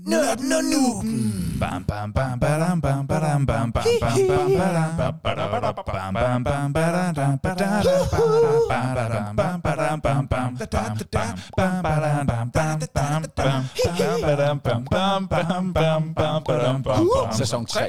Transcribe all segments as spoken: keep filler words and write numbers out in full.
Nørden og Nuben. Bam bam bam badam bam badam bam bam bam bam badam bam bam bam badam bam badam bam bam bam. Sæson tre.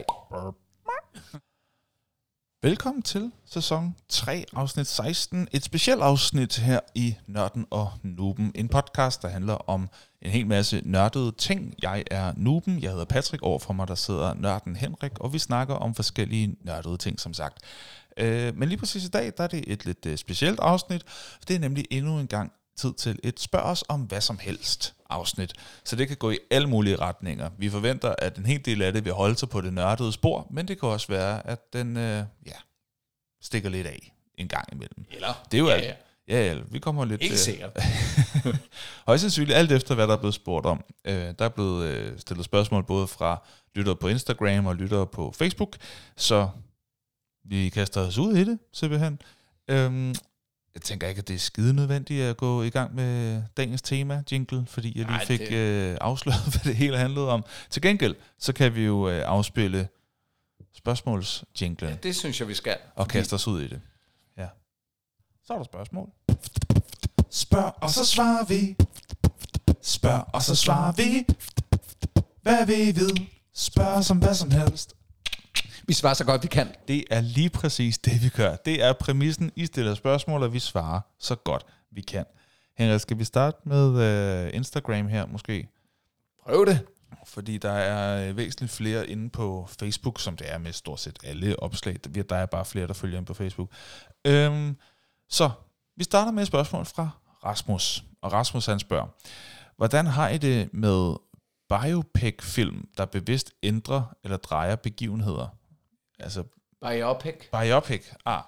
Velkommen til sæson tre, afsnit seksten. Et specielt afsnit her i Nørden og Nuben. En podcast, der handler om en hel masse nørdede ting. Jeg er Nuben, jeg hedder Patrick, overfor mig der sidder nørden Henrik, og vi snakker om forskellige nørdede ting, som sagt. Øh, men lige præcis i dag, der er det et lidt uh, specielt afsnit. Det er nemlig endnu en gang tid til et spørg os om hvad som helst afsnit. Så det kan gå i alle mulige retninger. Vi forventer, at en hel del af det vil holde sig på det nørdede spor, men det kan også være, at den øh, ja, stikker lidt af en gang imellem. Eller? Det er jo ja, alt. ja. Ja, ja, vi kommer lidt... Ikke øh, sikkert. Højst sandsynligt alt efter, hvad der er blevet spurgt om. Øh, der er blevet øh, stillet spørgsmål både fra lyttere på Instagram og lyttere på Facebook, så vi kaster os ud i det, simpelthen. Øhm, jeg tænker ikke, at det er skide nødvendigt at gå i gang med dagens tema, jingle, fordi jeg lige Nej, fik det... øh, afsløret, hvad det hele handlede om. Til gengæld, så kan vi jo øh, afspille spørgsmålsjinglen. Ja, det synes jeg, vi skal. Og fordi... kaste os ud i det. Ja. Så er der spørgsmål. Spørg, og så svarer vi. Spørg, og så svarer vi. Hvad vi ved. Spørg som hvad som helst. Vi svarer så godt, vi kan. Det er lige præcis det, vi gør. Det er præmissen. I stiller spørgsmål, og vi svarer så godt vi kan. Henrik, skal vi starte med uh, Instagram her måske? Prøv det. Fordi der er væsentligt flere inde på Facebook, som det er med stort set alle opslag. Der er bare flere, der følger ind på Facebook. Øhm, så vi starter med et spørgsmål fra Rasmus. Og Rasmus han spørger, hvordan har I det med biopic-film, der bevidst ændrer eller drejer begivenheder? Altså Biopic. biopic. Ah.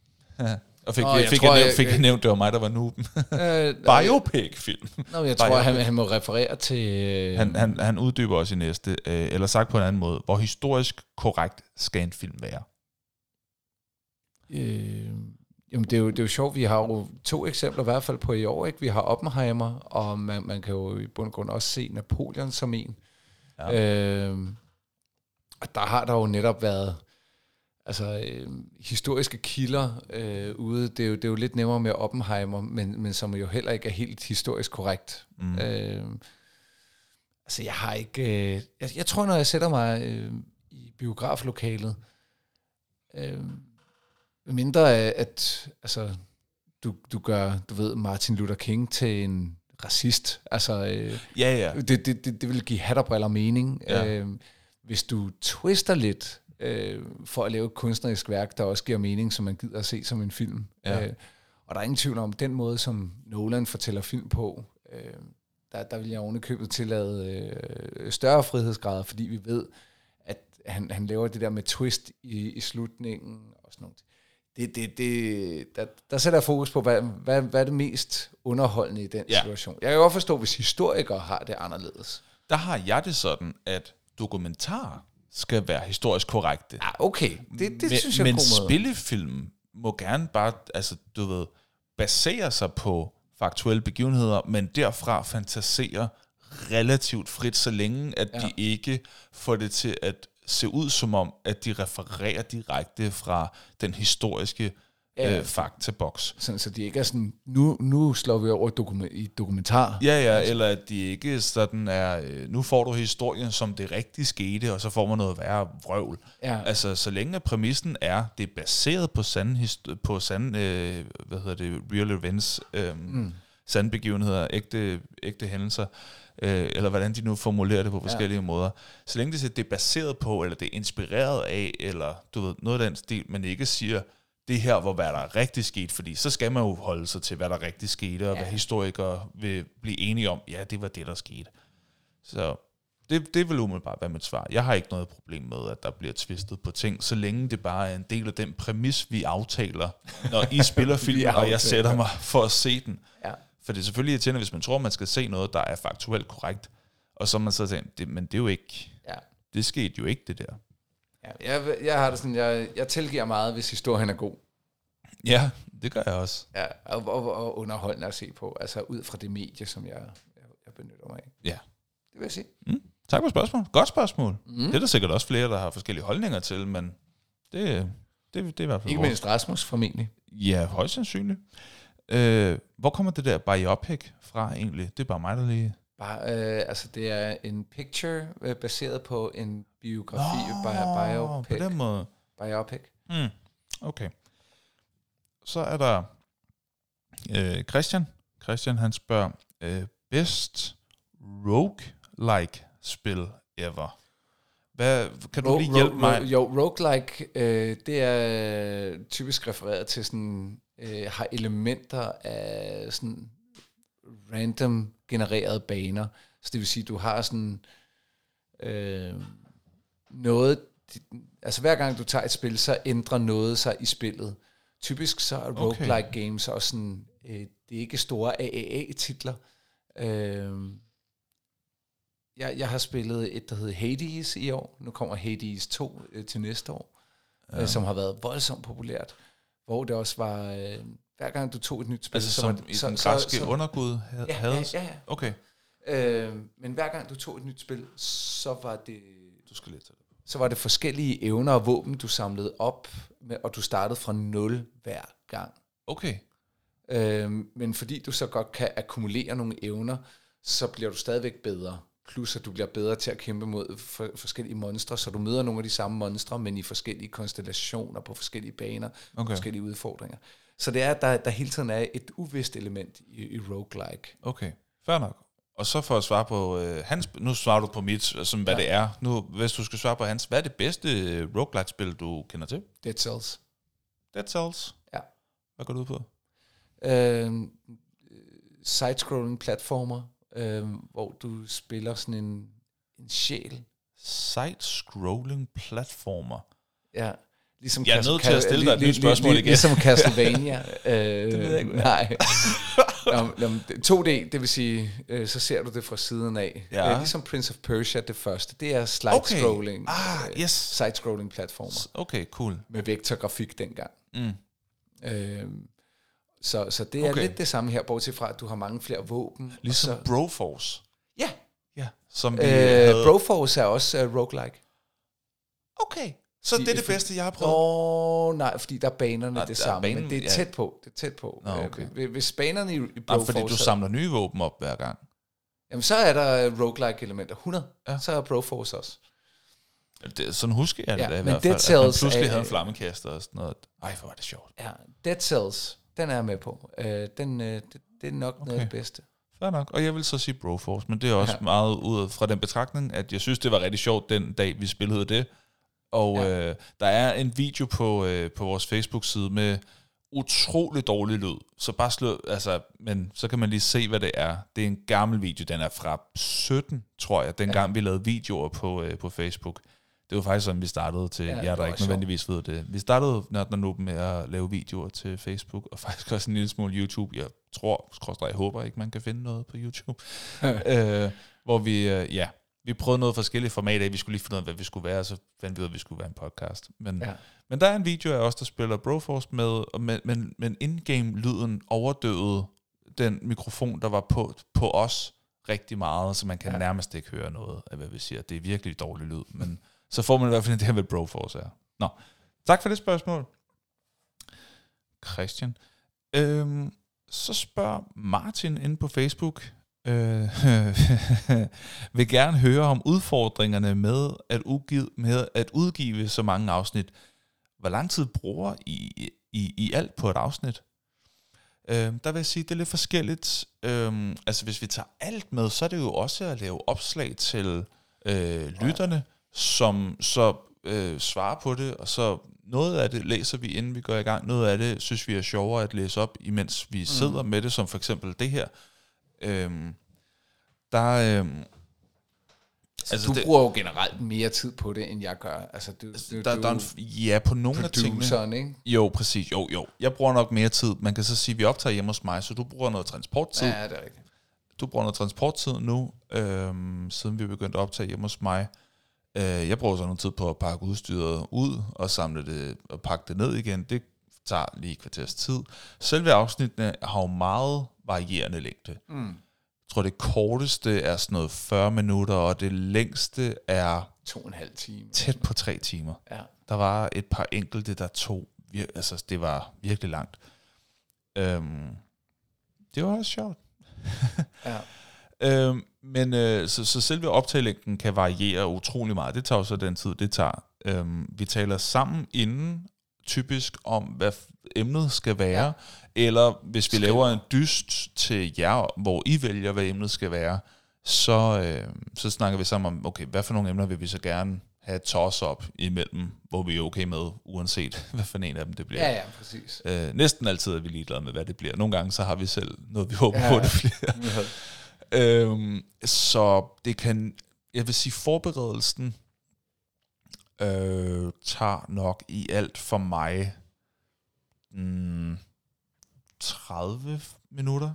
Og fik, Nå, jeg jeg fik, tror, jeg, jeg- fik jeg nævnt, det var mig, der var nuben. Øh, Biopic-film. Nå, jeg tror, Biopic. han, han må referere til... Øh... Han, han, han uddyber også i næste, øh, eller sagt på en anden måde, hvor historisk korrekt skal en film være? Øh... Jamen, det er, jo, det er jo sjovt. Vi har jo to eksempler i hvert fald på i år. Ikke? Vi har Oppenheimer, og man, man kan jo i bund og grund også se Napoleon som en. Ja. Øh... Og der har der jo netop været... Altså, øh, historiske kilder øh, ude, det er, jo, det er jo lidt nemmere med Oppenheimer, men, men som jo heller ikke er helt historisk korrekt. Mm. Øh, altså, jeg har ikke... Øh, jeg, jeg tror, når jeg sætter mig øh, i biograflokalet, øh, mindre at, at altså, du, du gør, du ved, Martin Luther King til en racist. Altså, øh, Ja, ja. det, det, det, det vil give hat og briller mening. Ja. Øh, hvis du twister lidt, Øh, for at lave et kunstnerisk værk, der også giver mening, som man gider at se som en film. Ja. Øh, og der er ingen tvivl om, den måde, som Nolan fortæller film på, øh, der, der vil jeg ovenikøbet tillade øh, større frihedsgrader, fordi vi ved, at han, han laver det der med twist i, i slutningen og sådan noget. Det, det, det, der, der sætter jeg fokus på, hvad, hvad, hvad er det mest underholdende i den Ja. situation. Jeg kan godt forstå, hvis historikere har det anderledes. Der har jeg det sådan, at dokumentarer skal være historisk korrekte. Ja, okay. Det, det men, synes jeg er men en god måde. spillefilm må gerne bare, altså du ved, basere sig på faktuelle begivenheder, men derfra fantasere relativt frit, så længe at Ja. de ikke får det til at se ud som om, at de refererer direkte fra den historiske Ja. øh, faktaboks. Sådan, så de ikke er sådan, nu, nu slår vi over dokument, i dokumentar. Ja, ja, eller at de ikke sådan er, øh, nu får du historien, som det rigtigt skete, og så får man noget værre vrøvl. Ja. Altså, så længe at præmissen er, det er baseret på sande, hist- på sande øh, hvad hedder det, real events, øh, mm. sande begivenheder, ægte, ægte hændelser, øh, eller hvordan de nu formulerer det på forskellige ja. måder. Så længe det, det er baseret på, eller det er inspireret af, eller du ved, noget af den stil, men ikke siger, det her, hvor hvad der er rigtig sket, fordi så skal man jo holde sig til, hvad der rigtig skete, og ja. hvad historikere vil blive enige om, ja, det var det, der skete. Så det, det vil umiddelbart være mit svar. Jeg har ikke noget problem med, at der bliver twistet på ting, så længe det bare er en del af den præmis, vi aftaler, når I spiller filmen, og jeg sætter mig for at se den. Ja. For det er selvfølgelig irriterende, hvis man tror, man skal se noget, der er faktuelt korrekt, og så man så tænker, det, men det er jo ikke, Ja. det skete jo ikke, det der. Ja, jeg, jeg har det sådan, jeg, jeg tilgiver meget, hvis historien er god. Ja, det gør jeg også. Ja, og, og, og underholdende at se på, altså ud fra det medie, som jeg, jeg, jeg benytter mig af. Ja. Det vil jeg sige. Mm. Tak for spørgsmål. Godt spørgsmål. Mm. Det er der sikkert også flere, der har forskellige holdninger til, men det, det, det er i hvert fald Ikke mindst Rasmus, formentlig. Ja, højst sandsynligt. Øh, hvor kommer det der biopic fra egentlig? Det er bare mig, der lige... Bare, øh, altså, det er en picture øh, baseret på en biografi. Nå, bi- biopic. på den måde. Biopic. Mm. Okay. Så er der øh, Christian. Christian, han spørger, øh, best roguelike spil ever. Hvad, kan du Ro- lige hjælpe ro- mig? ro- Jo, roguelike, øh, det er typisk refereret til sådan, øh, har elementer af sådan random genererede baner. Så det vil sige, du har sådan øh, noget, altså hver gang du tager et spil, så ændrer noget sig i spillet. Typisk så er roguelike okay. games også sådan, øh, det er ikke store A A A-titler. Øh, jeg, jeg har spillet et, der hedder Hades i år. Nu kommer Hades to øh, til næste år, ja. øh, som har været voldsomt populært. Hvor det også var, øh, hver gang du tog et nyt spil, altså så som var i så, den så, græske så, undergud ja, Hades? Ja, ja, ja. Okay. Øh, men hver gang du tog et nyt spil, så var det... Du skal lidt til det. Så var det forskellige evner og våben, du samlede op, med, og du startede fra nul hver gang. Okay. Øh, men fordi du så godt kan akkumulere nogle evner, så bliver du stadigvæk bedre. Plus at du bliver bedre til at kæmpe mod for, forskellige monstre, så du møder nogle af de samme monstre, men i forskellige konstellationer, på forskellige baner, okay. forskellige udfordringer. Så det er, at der, der hele tiden er et uvist element i, i roguelike. Okay, fair nok. Og så for at svare på øh, hans, nu svarer du på mit, som hvad ja. det er. Nu, hvis du skal svare på hans, hvad er det bedste øh, roguelike-spil, du kender til? Dead Cells. Dead Cells? Ja. Hvad går du ud på? Øh, side-scrolling platformer, øh, hvor du spiller sådan en, en sjæl. Side-scrolling platformer? Ja. Ligesom jeg er nødt til at stille dig et nyt spørgsmål igen. Ligesom Castlevania. øh, det ved jeg ikke. Nej. to D, det vil sige, øh, så ser du det fra siden af. Ja. Øh, ligesom Prince of Persia, det første. Det er slide-scrolling. Okay. Ah, yes. Side-scrolling platformer. Okay, cool. Med vektorgrafik dengang. Mm. Øh, så, så det er okay. lidt det samme her, bortset fra, at du har mange flere våben. Ligesom så, Broforce. Ja. Ja. Som vi øh, havde... Broforce er også uh, roguelike. Okay. Så fordi, det er det bedste, jeg har prøvet? Åh, nej, fordi der er banerne Nå, det samme, banen, men det er tæt på. Det er tæt på. Nå, okay. Hvis banerne i, i Broforce... Fordi du samler nye våben op hver gang. Jamen, så er der roguelike-elementer. hundrede. Ja. Så er Broforce også. Det, sådan husker jeg det ja, da i men hvert fald. Cells at man pludselig er, havde en flammekaster og sådan noget. Ej, hvor var det sjovt. Ja, Dead Cells, den er jeg med på. Uh, den, uh, det, det er nok okay. noget af det bedste. Fair nok. Og jeg vil så sige Broforce, men det er også ja. meget ud fra den betragtning, at jeg synes, det var rigtig sjovt den dag, vi spillede det. Og ja. øh, der er en video på, øh, på vores Facebook-side med utrolig dårlig lyd. Så bare slå, altså, men så kan man lige se, hvad det er. Det er en gammel video, den er fra sytten, tror jeg, dengang ja. vi lavede videoer på, øh, på Facebook. Det var faktisk sådan, vi startede til, ja, jer der ikke nødvendigvis ved det. Vi startede Nørden og Nuben med at lave videoer til Facebook, og faktisk også en lille smule YouTube. Jeg tror, skråstreg, jeg håber ikke, man kan finde noget på YouTube. øh, hvor vi, øh, ja, vi prøvede noget forskellige formater. Vi skulle lige finde ud af, hvad vi skulle være, og så fandt vi ud af, at vi skulle være en podcast. Men, ja. men der er en video af os, der spiller Broforce med, men, men, men in-game-lyden overdøvede den mikrofon, der var på, på os rigtig meget, så man kan ja. nærmest ikke høre noget af, hvad vi siger. Det er virkelig dårlig lyd, men så får man i hvert fald det her, hvad Broforce er. Nå, tak for det spørgsmål. Christian. Øhm, så spørger Martin inde på Facebook, øh, vil gerne høre om udfordringerne med at, udgive, med at udgive så mange afsnit. Hvor lang tid bruger I, I, I alt på et afsnit? Øh, der vil jeg sige, det er lidt forskelligt. Øh, altså hvis vi tager alt med, så er det jo også at lave opslag til øh, lytterne, som så øh, svarer på det, og så noget af det læser vi, inden vi går i gang. Noget af det synes vi er sjovere at læse op, imens vi sidder mm. med det, som for eksempel det her. Øhm, der, øhm, altså, altså du det, bruger jo generelt mere tid på det, end jeg gør. Altså, du, du, der, du, der er en, ja, på nogle af tingene. Ikke? Jo, præcis. Jo, jo. Jeg bruger nok mere tid. Man kan så sige, at vi optager hjemme hos mig, så du bruger noget transporttid. Ja, det er rigtigt. Du bruger noget transporttid nu, øhm, siden vi begyndte at optage hjemme hos mig. Jeg bruger så noget tid på at pakke udstyret ud og samle det og pakke det ned igen. Det tager lige kvarters tid. Selve afsnittene har jo meget varierende længde. Mm. tror, det korteste er sådan noget fyrre minutter, og det længste er to og en halv time. Tæt på tre timer. Ja. Der var et par enkelte, der tog, altså det var virkelig langt. Øhm, det var også sjovt. Ja. øhm, men øh, så, så selve optagelængden kan variere utrolig meget. Det tager jo så den tid, det tager. Øhm, vi taler sammen inden, typisk om, hvad emnet skal være, ja. Eller hvis vi skal laver en dyst til jer, hvor I vælger, hvad emnet skal være, så, øh, så snakker vi sammen om, okay, hvad for nogle emner vil vi så gerne have et toss-up imellem, hvor vi er okay med, uanset hvad for en af dem det bliver. Ja, ja, præcis. Øh, næsten altid er vi ligeglade med, hvad det bliver. Nogle gange, så har vi selv noget, vi håber ja, på, det bliver. Ja. øhm, så det kan, jeg vil sige, forberedelsen øh, tager nok i alt for mig mm, tredive minutter.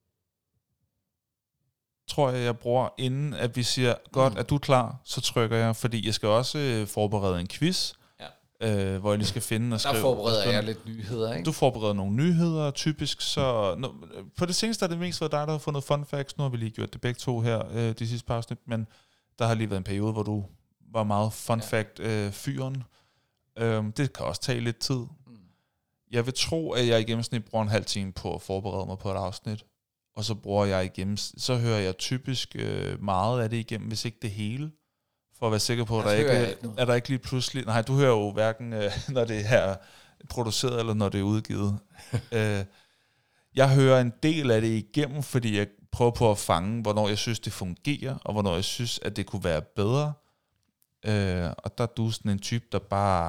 Tror jeg, jeg bruger, inden at vi siger, godt, mm. er du klar, så trykker jeg, fordi jeg skal også øh, forberede en quiz, ja. øh, hvor jeg lige skal finde og skrive. Der forbereder jeg lidt nyheder, ikke? Du forbereder nogle nyheder, typisk, så no, på det seneste er det mest været dig, der har fundet fun facts. Nu har vi lige gjort det begge to her, øh, de sidste par afsnit, men der har lige været en periode, hvor du var meget fun ja. fact øh, fyren. Øh, det kan også tage lidt tid. Mm. Jeg vil tro, at jeg i gennemsnit bruger en halv time på at forberede mig på et afsnit. Og så bruger jeg igennem, så hører jeg typisk øh, meget af det igennem, hvis ikke det hele, for at være sikker på, at der ikke, ikke er der ikke lige pludselig, nej, du hører jo hverken, øh, når det er produceret, eller når det er udgivet. øh, jeg hører en del af det igennem, fordi jeg prøver på at fange, hvornår jeg synes, det fungerer, og hvornår jeg synes, at det kunne være bedre. Øh, og der er du sådan en type, der bare,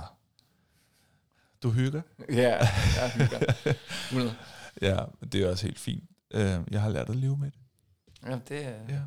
du hygger. Ja, jeg hygger. Ja, det er også helt fint. Jeg har lært at leve med det. Ja, det er... Ja.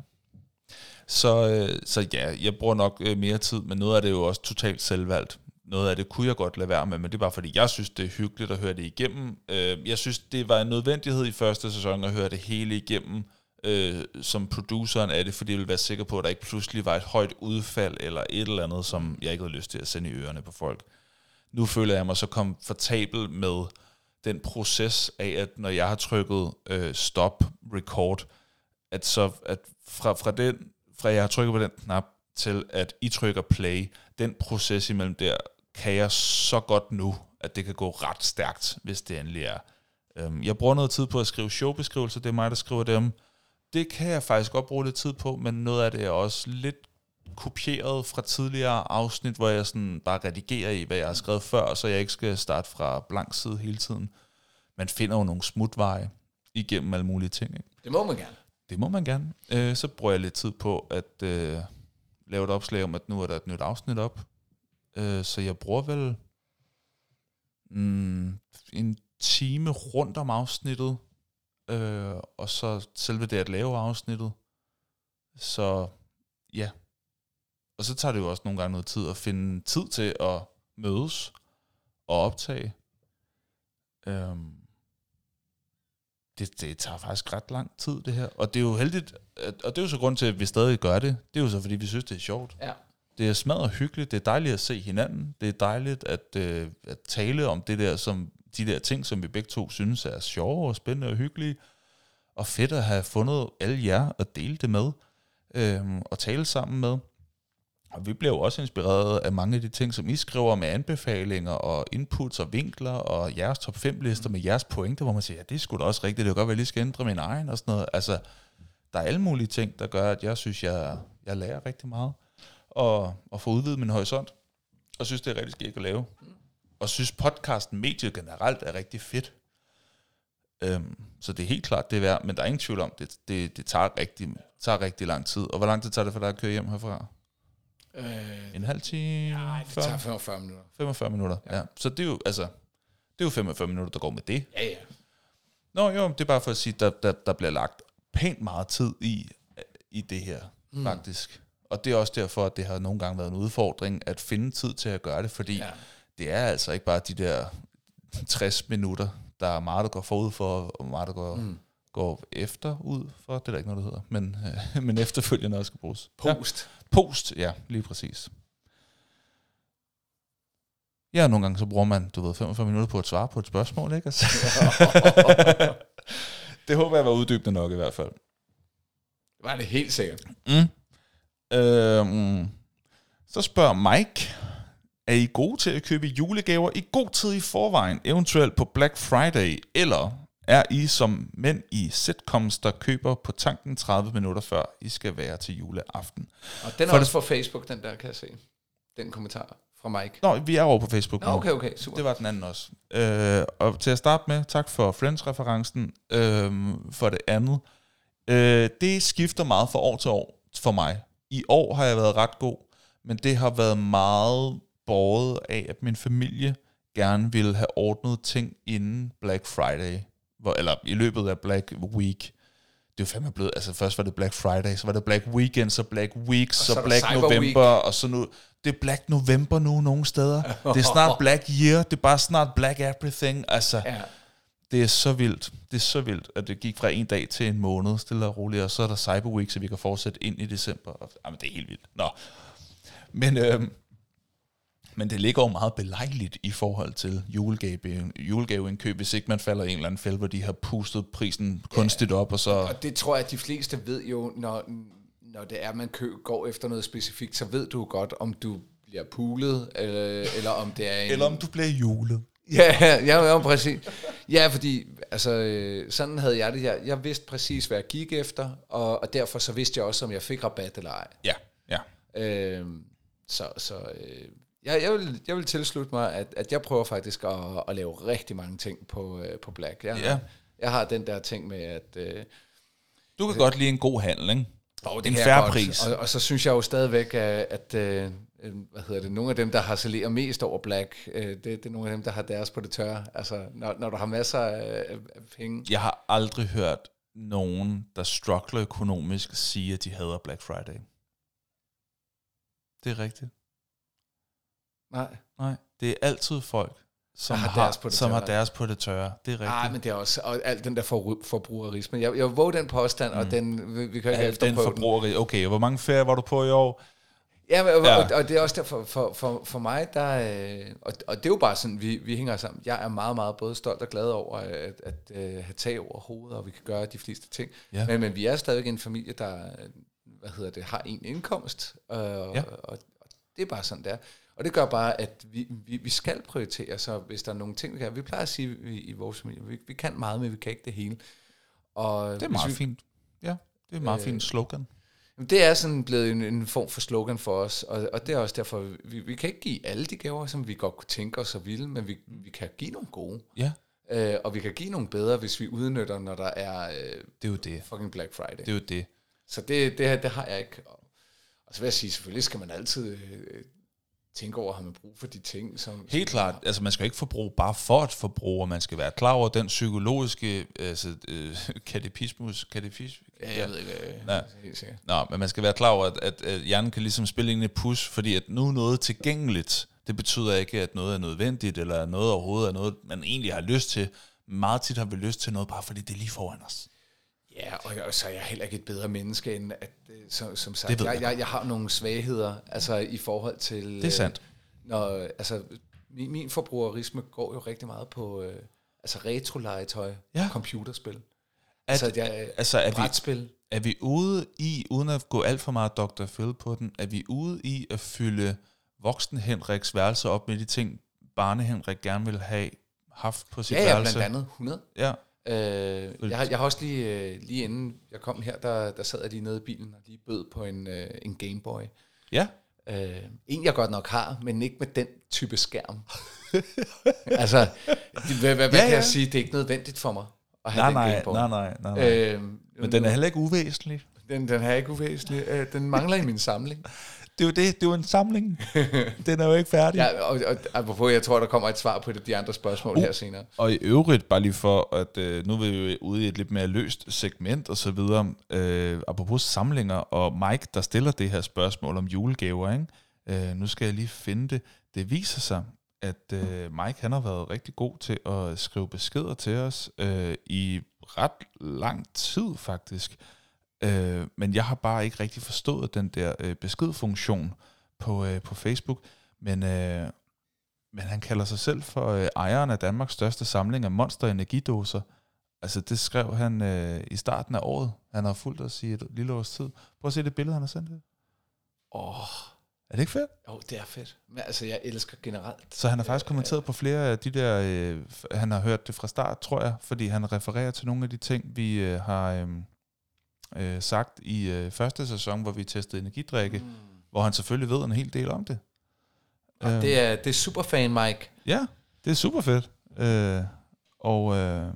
Så, så ja, jeg bruger nok mere tid, men noget af det er jo også totalt selvvalgt. Noget af det kunne jeg godt lade være med, men det er bare fordi, jeg synes, det er hyggeligt at høre det igennem. Jeg synes, det var en nødvendighed i første sæson at høre det hele igennem, som produceren af det, fordi jeg ville være sikker på, at der ikke pludselig var et højt udfald, eller et eller andet, som jeg ikke havde lyst til at sende i ørerne på folk. Nu føler jeg mig så komfortabel med den proces af, at når jeg har trykket øh, stop record, at så at fra, fra, den, fra jeg har trykket på den knap, til at I trykker play, den proces imellem der, kan jeg så godt nu, at det kan gå ret stærkt, hvis det endelig er. Øhm, jeg bruger noget tid på at skrive showbeskrivelser, det er mig, der skriver dem. Det kan jeg faktisk godt bruge lidt tid på, men noget af det er også lidt kopieret fra tidligere afsnit, hvor jeg sådan bare redigerer i, hvad jeg har skrevet før, så jeg ikke skal starte fra blank side hele tiden. Man finder jo nogle smutveje igennem alle mulige ting. Ikke? Det må man gerne. Det må man gerne. Øh, så bruger jeg lidt tid på at øh, lave et opslag om, at nu er der et nyt afsnit op. Øh, så jeg bruger vel mm, en time rundt om afsnittet, øh, og så selve det at lave afsnittet. Så ja. Og så tager det jo også nogle gange noget tid at finde tid til at mødes og optage. Øhm, det, det tager faktisk ret lang tid, det her. Og det er jo heldigt, at, og det er jo så grund til, at vi stadig gør det. Det er jo så, fordi vi synes, det er sjovt. Ja. Det er smadret hyggeligt. Det er dejligt at se hinanden. Det er dejligt at, øh, at tale om det der, som, de der ting, som vi begge to synes er sjove og spændende og hyggelige. Og fedt at have fundet alle jer og dele det med. Øhm, og tale sammen med. Og vi bliver jo også inspireret af mange af de ting, som I skriver med anbefalinger og inputs og vinkler og jeres top fem lister med jeres pointer, hvor man siger, ja, det er sgu da også rigtigt, det kan godt være, at jeg lige skal ændre min egen og sådan noget. Altså, der er alle mulige ting, der gør, at jeg synes, jeg, jeg lærer rigtig meget og, og får udvidet min horisont, og synes, det er rigtig skægt at lave. Og synes, podcasten mediet generelt er rigtig fedt. Øhm, så det er helt klart, det er værd, men der er ingen tvivl om, det, det, det tager, rigtig, tager rigtig lang tid. Og hvor lang tid tager det for dig at køre hjem herfra? Øh, en halv time? Nej, det tager femogfyrre minutter. femogfyrre minutter, ja. ja. Så det er jo, altså, det er jo femogfyrre minutter, der går med det. Ja, ja. Nå jo, det er bare for at sige, der, der, der bliver lagt pænt meget tid i, i det her, mm. faktisk. Og det er også derfor, at det har nogle gange været en udfordring, at finde tid til at gøre det, fordi ja. det er altså ikke bare de der tres minutter, der er meget, der går forud for, og meget, der går... Mm. går efter ud for, det er der ikke noget, der hedder, men, øh, men efterfølgende også skal bruges. Post. Ja. Post, ja, lige præcis. Ja, nogle gange så bruger man, du ved, femogfyrre minutter på at svare på et spørgsmål, ikke? Altså. Det håber jeg var uddybende nok i hvert fald. Det var det helt sikkert. Mm. Øhm, så spørger Mike, er I gode til at købe julegaver i god tid i forvejen, eventuelt på Black Friday, eller er I som mænd i sitcoms, der køber på tanken tredive minutter før I skal være til juleaften? Og den er For også det... på Facebook, den der, kan jeg se. Den kommentar fra Mike. Nå, vi er over på Facebook Nå, nu. okay, okay, super. Det var den anden også. Øh, og til at starte med, tak for Friends-referencen. Øh, for det andet, øh, det skifter meget fra år til år for mig. I år har jeg været ret god, men det har været meget båret af, at min familie gerne ville have ordnet ting inden Black Friday, hvor, eller i løbet af Black Week. Det er jo fandme blevet, altså først var det Black Friday, så var det Black Weekend, så Black Week, så, så Black November, og så nu, det er Black November nu nogle steder. Det er snart Black Year, det er bare snart Black Everything, altså. Ja. Det er så vildt, det er så vildt, at det gik fra en dag til en måned, stille og roligt, og så er der Cyber Week, så vi kan fortsætte ind i december. Jamen, det er helt vildt. Nå. Men, øhm, men det ligger jo meget belejligt i forhold til julegave, julegaveindkøb, hvis ikke man falder i en eller anden fælde, hvor de har pustet prisen kunstigt op. Og, så og det tror jeg, at de fleste ved jo, når, når det er, man kø, går efter noget specifikt, så ved du godt, om du bliver pulet, eller, eller om det er en... Eller om du bliver julet. Ja, ja, ja, præcis. Ja, fordi altså, sådan havde jeg det. Jeg, jeg vidste præcis, hvad jeg gik efter, og, og derfor så vidste jeg også, om jeg fik rabat eller ej. Ja, ja. Øhm, så så øh, jeg, jeg, vil, jeg vil tilslutte mig, at, at jeg prøver faktisk at, at lave rigtig mange ting på, øh, på Black. Jeg, ja. jeg har den der ting med, at... Øh, du kan øh, godt lide en god handel, ikke? Og en fair pris. Og, og så synes jeg jo stadigvæk, at... at øh, hvad hedder det, nogle af dem, der harcelerer mest over Black, øh, det, det er nogle af dem, der har deres på det tørre. Altså, når, når du har masser af, af penge. Jeg har aldrig hørt nogen, der struggler økonomisk, sige, at de hader Black Friday. Det er rigtigt. Nej. Nej, det er altid folk, som har, har, deres på det som har deres på det tørre. Det er rigtigt. Nej, men det er også og alt den der for, forbrugerisme. Jeg, jeg våger den påstand, mm. og den, vi, vi kan ikke efterprøve den. Forbrugerisme. Okay, hvor mange ferier var du på i år? Ja, men, ja. Og, og det er også derfor for, for, for mig, der, øh, og, og det er jo bare sådan, vi, vi hænger sammen. Jeg er meget, meget både stolt og glad over at, at, at uh, have tag over hovedet, og vi kan gøre de fleste ting. Ja. Men, men vi er stadig en familie, der hvad hedder det, har en indkomst, øh, ja. og, og det er bare sådan, der. Og det gør bare, at vi, vi, vi skal prioritere, så hvis der er nogle ting, vi kan. Vi plejer at sige i, i vores familie, vi, vi kan meget, men vi kan ikke det hele. Og det er meget vi, fint. Ja, det er et meget øh, fint slogan. Det er sådan blevet en, en form for slogan for os, og, og det er også derfor, vi, vi kan ikke give alle de gaver, som vi godt kunne tænke os og ville, men vi, vi kan give nogle gode. Ja. Øh, og vi kan give nogle bedre, hvis vi udnytter, når der er, øh, det er jo det. fucking Black Friday. Det er jo det. Så det, det, det har jeg ikke. Og, og så vil jeg sige, selvfølgelig skal man altid øh, tænke over, har man brug for de ting. Som, Helt som klart. har. Altså man skal ikke forbruge bare for at forbruge, man skal være klar over den psykologiske altså, øh, katepismus. Katepis? Ja, jeg ved ikke. Øh, Nej. Helt sikkert. Nå, men man skal være klar over, at, at, at hjernen kan ligesom spille ind i pus, fordi at nu er noget tilgængeligt. Det betyder ikke, at noget er nødvendigt, eller noget overhovedet er noget, man egentlig har lyst til. Meget tit har vi lyst til noget, bare fordi det er lige foran os. Ja, og, og så er jeg heller ikke et bedre menneske, end at, som, som sagt, jeg, jeg, jeg har nogle svagheder, altså i forhold til... Det er sandt. Når, altså, min, min forbrugerisme går jo rigtig meget på øh, altså retro-legetøj, ja. Computerspil. At, altså, jeg, altså er brætspil. Vi, er vi ude i, uden at gå alt for meget doktor Phil på den, er vi ude i at fylde voksen Henriks værelse op med de ting, barne Henrik gerne vil have haft på sit ja, værelse? Ja, blandt andet hundrede. Ja. Øh, jeg, har, jeg har også lige, øh, lige inden jeg kom her, der, der sad jeg lige nede i bilen og lige bød på en, øh, en Gameboy. Ja. Øh, en jeg godt nok har, men ikke med den type skærm. altså, det, hvad, hvad ja, kan ja. jeg sige? Det er ikke nødvendigt for mig at have nej, den Gameboy. Nej, nej, nej, nej. Øh, men den er heller ikke uvæsentlig. Den, den er ikke uvæsentlig. Øh, den mangler i min samling. Det er jo det, det er jo en samling. Den er jo ikke færdig. Ja, og, og apropos, jeg tror, der kommer et svar på de andre spørgsmål uh, her senere. Og i øvrigt, bare lige for, at øh, nu er vi jo ude i et lidt mere løst segment og så videre. Øh, apropos samlinger, og Mike, der stiller det her spørgsmål om julegaver, ikke? Øh, nu skal jeg lige finde det. Det viser sig, at øh, Mike, han har været rigtig god til at skrive beskeder til os øh, i ret lang tid, faktisk. Øh, men jeg har bare ikke rigtig forstået den der øh, beskedfunktion på, øh, på Facebook, men, øh, men han kalder sig selv for øh, ejeren af Danmarks største samling af monster energidåser, altså det skrev han øh, i starten af året. Han har fulgt os i et lille års tid. Prøv at se det billede, han har sendt. Åh. Oh. Er det ikke fedt? Jo, det er fedt. Men altså, jeg elsker generelt. Så han har faktisk kommenteret på flere af de der, øh, han har hørt det fra start, tror jeg, fordi han refererer til nogle af de ting, vi øh, har øh, øh, sagt i øh, første sæson, hvor vi testede energidrikke, mm. hvor han selvfølgelig ved en hel del om det. Ja, øh, det, er, det er superfan, Mike. Ja, det er super fedt. Øh, og... Øh,